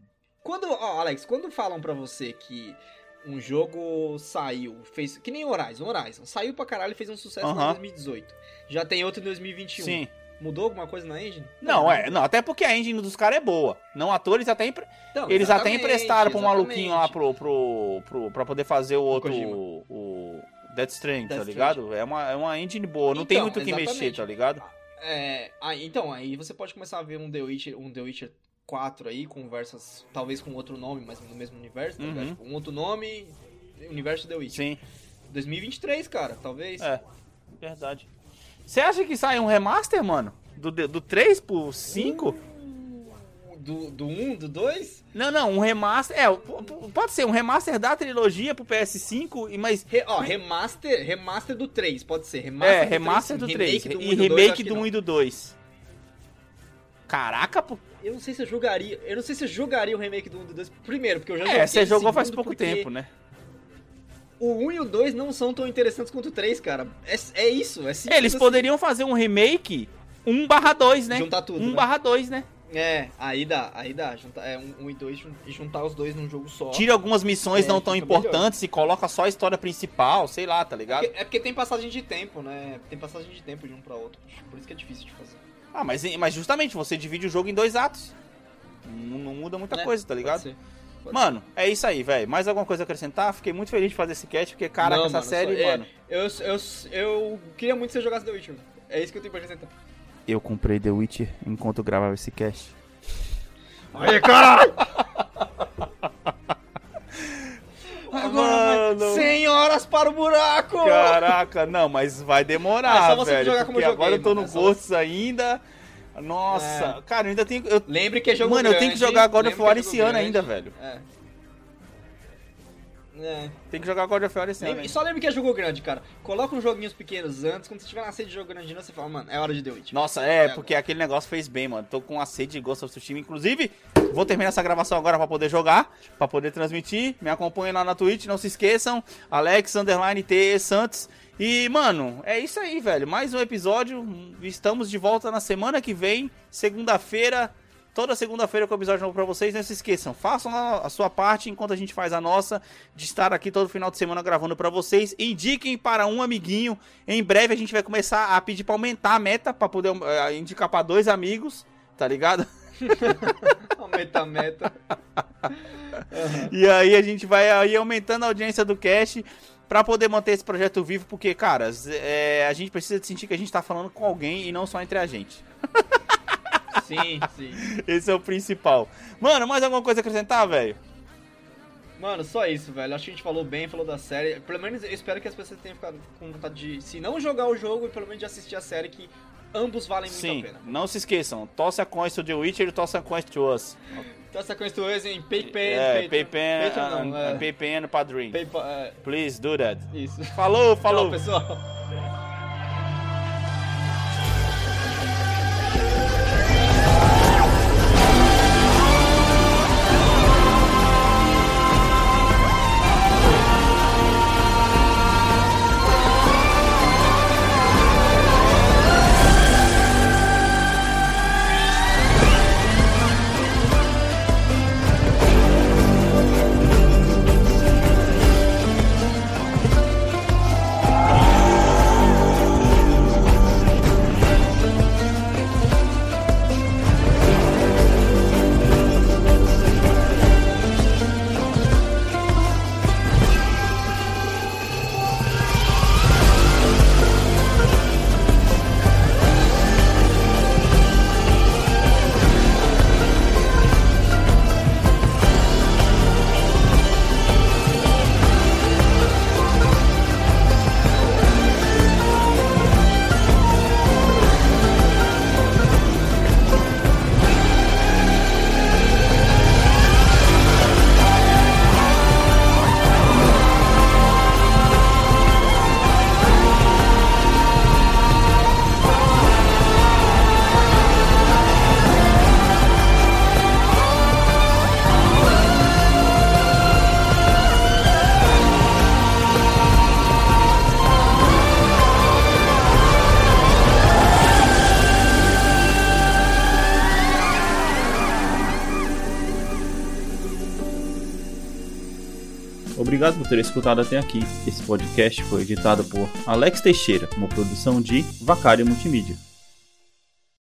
Speaker 5: Alex, quando falam pra você que um jogo saiu, fez... Que nem Horizon saiu pra caralho e fez um sucesso em 2018. Já tem outro em 2021.
Speaker 3: Sim.
Speaker 5: Mudou alguma coisa na engine?
Speaker 3: Não, até porque a engine dos caras é boa. Não à toa, eles até emprestaram pro maluquinho lá pra poder fazer o outro, o Death Stranding, tá ligado? É uma engine boa, não tem muito o que mexer, tá ligado?
Speaker 5: Aí você pode começar a ver um The Witcher 4 aí, conversas, talvez com outro nome, mas no mesmo universo, tá ligado? Tipo, um outro nome, universo The Witcher.
Speaker 3: Sim.
Speaker 5: 2023, cara, talvez.
Speaker 3: Verdade. Você acha que sai um remaster, mano? Do 3 pro 5?
Speaker 5: Do 1, do 2?
Speaker 3: Não, um remaster. Pode ser um remaster da trilogia pro PS5, mas.
Speaker 5: Remaster do 3, pode ser.
Speaker 3: Remaster do 3. E remake do 1 e do 2. Caraca, pô.
Speaker 5: Eu não sei se eu jogaria o remake do 1 e do 2. Primeiro, porque eu já joguei.
Speaker 3: Você jogou faz pouco tempo, né?
Speaker 5: O 1 e o 2 não são tão interessantes quanto o 3, cara. É isso, é simples.
Speaker 3: Eles poderiam fazer um remake 1/2, né?
Speaker 5: Juntar tudo,
Speaker 3: 1/2, né?
Speaker 5: Aí dá. Juntar 1 e 2 e juntar os dois num jogo só.
Speaker 3: Tira algumas missões não tão importantes e coloca só a história principal, sei lá, tá ligado?
Speaker 5: É porque tem passagem de tempo, né? Tem passagem de tempo de um pra outro. Por isso que é difícil de fazer.
Speaker 3: Mas justamente, você divide o jogo em 2 atos. Não muda muita coisa, tá ligado?
Speaker 5: Pode ser.
Speaker 3: Mano, é isso aí, velho. Mais alguma coisa a acrescentar? Fiquei muito feliz de fazer esse cast, porque, caraca, essa série, mano...
Speaker 5: Eu queria muito que você jogasse The Witcher. É isso que eu tenho pra acrescentar.
Speaker 3: Eu comprei The Witcher enquanto eu gravava esse cast.
Speaker 5: Aí, caralho!
Speaker 3: Mano...
Speaker 5: 100 horas para o buraco!
Speaker 3: Caraca, não, mas vai demorar,
Speaker 5: só você
Speaker 3: velho.
Speaker 5: jogar como
Speaker 3: porque
Speaker 5: eu joguei,
Speaker 3: agora eu tô
Speaker 5: mano,
Speaker 3: no Ghosts ainda... Nossa, cara, eu ainda tenho...
Speaker 5: Lembre que é jogo
Speaker 3: Mano,
Speaker 5: grande.
Speaker 3: eu tenho que jogar God of War esse ano ainda, velho.
Speaker 5: É.
Speaker 3: Tem que jogar God of War esse ano.
Speaker 5: E só lembra que é jogo grande, cara. Coloca uns joguinhos pequenos antes, quando você tiver na sede de jogo grande, você fala, mano, é hora de The Witcher.
Speaker 3: Nossa, porque aquele negócio fez bem, mano. Tô com a sede de Ghost of Tsushima. Inclusive, vou terminar essa gravação agora pra poder jogar, pra poder transmitir. Me acompanhem lá na Twitch, não se esqueçam. Alex_T Santos. E, mano, é isso aí, velho. Mais um episódio. Estamos de volta na semana que vem, segunda-feira. Toda segunda-feira com episódio novo pra vocês. Não se esqueçam, façam a sua parte enquanto a gente faz a nossa, de estar aqui todo final de semana gravando pra vocês. Indiquem para um amiguinho. Em breve a gente vai começar a pedir pra aumentar a meta, pra poder indicar pra 2 amigos, tá ligado?
Speaker 5: Aumenta a meta.
Speaker 3: E aí a gente vai aí aumentando a audiência do cast pra poder manter esse projeto vivo, porque, cara, a gente precisa de sentir que a gente tá falando com alguém e não só entre a gente.
Speaker 5: Sim.
Speaker 3: Esse é o principal. Mano, mais alguma coisa a acrescentar, velho?
Speaker 5: Mano, só isso, velho. Acho que a gente falou bem, falou da série. Pelo menos eu espero que as pessoas tenham ficado com vontade de, se não jogar o jogo, pelo menos de assistir a série, que ambos valem muito a pena.
Speaker 3: Não se esqueçam. Toss a coins to The Witcher e toss a coins to us.
Speaker 5: Toss a coins to us em PayPal.
Speaker 3: PayPal and Padrim. Please do that.
Speaker 5: Isso.
Speaker 3: Falou.
Speaker 5: Tchau, pessoal.
Speaker 3: Obrigado por ter escutado até aqui. Esse podcast foi editado por Alex Teixeira, uma produção de Vacário Multimídia.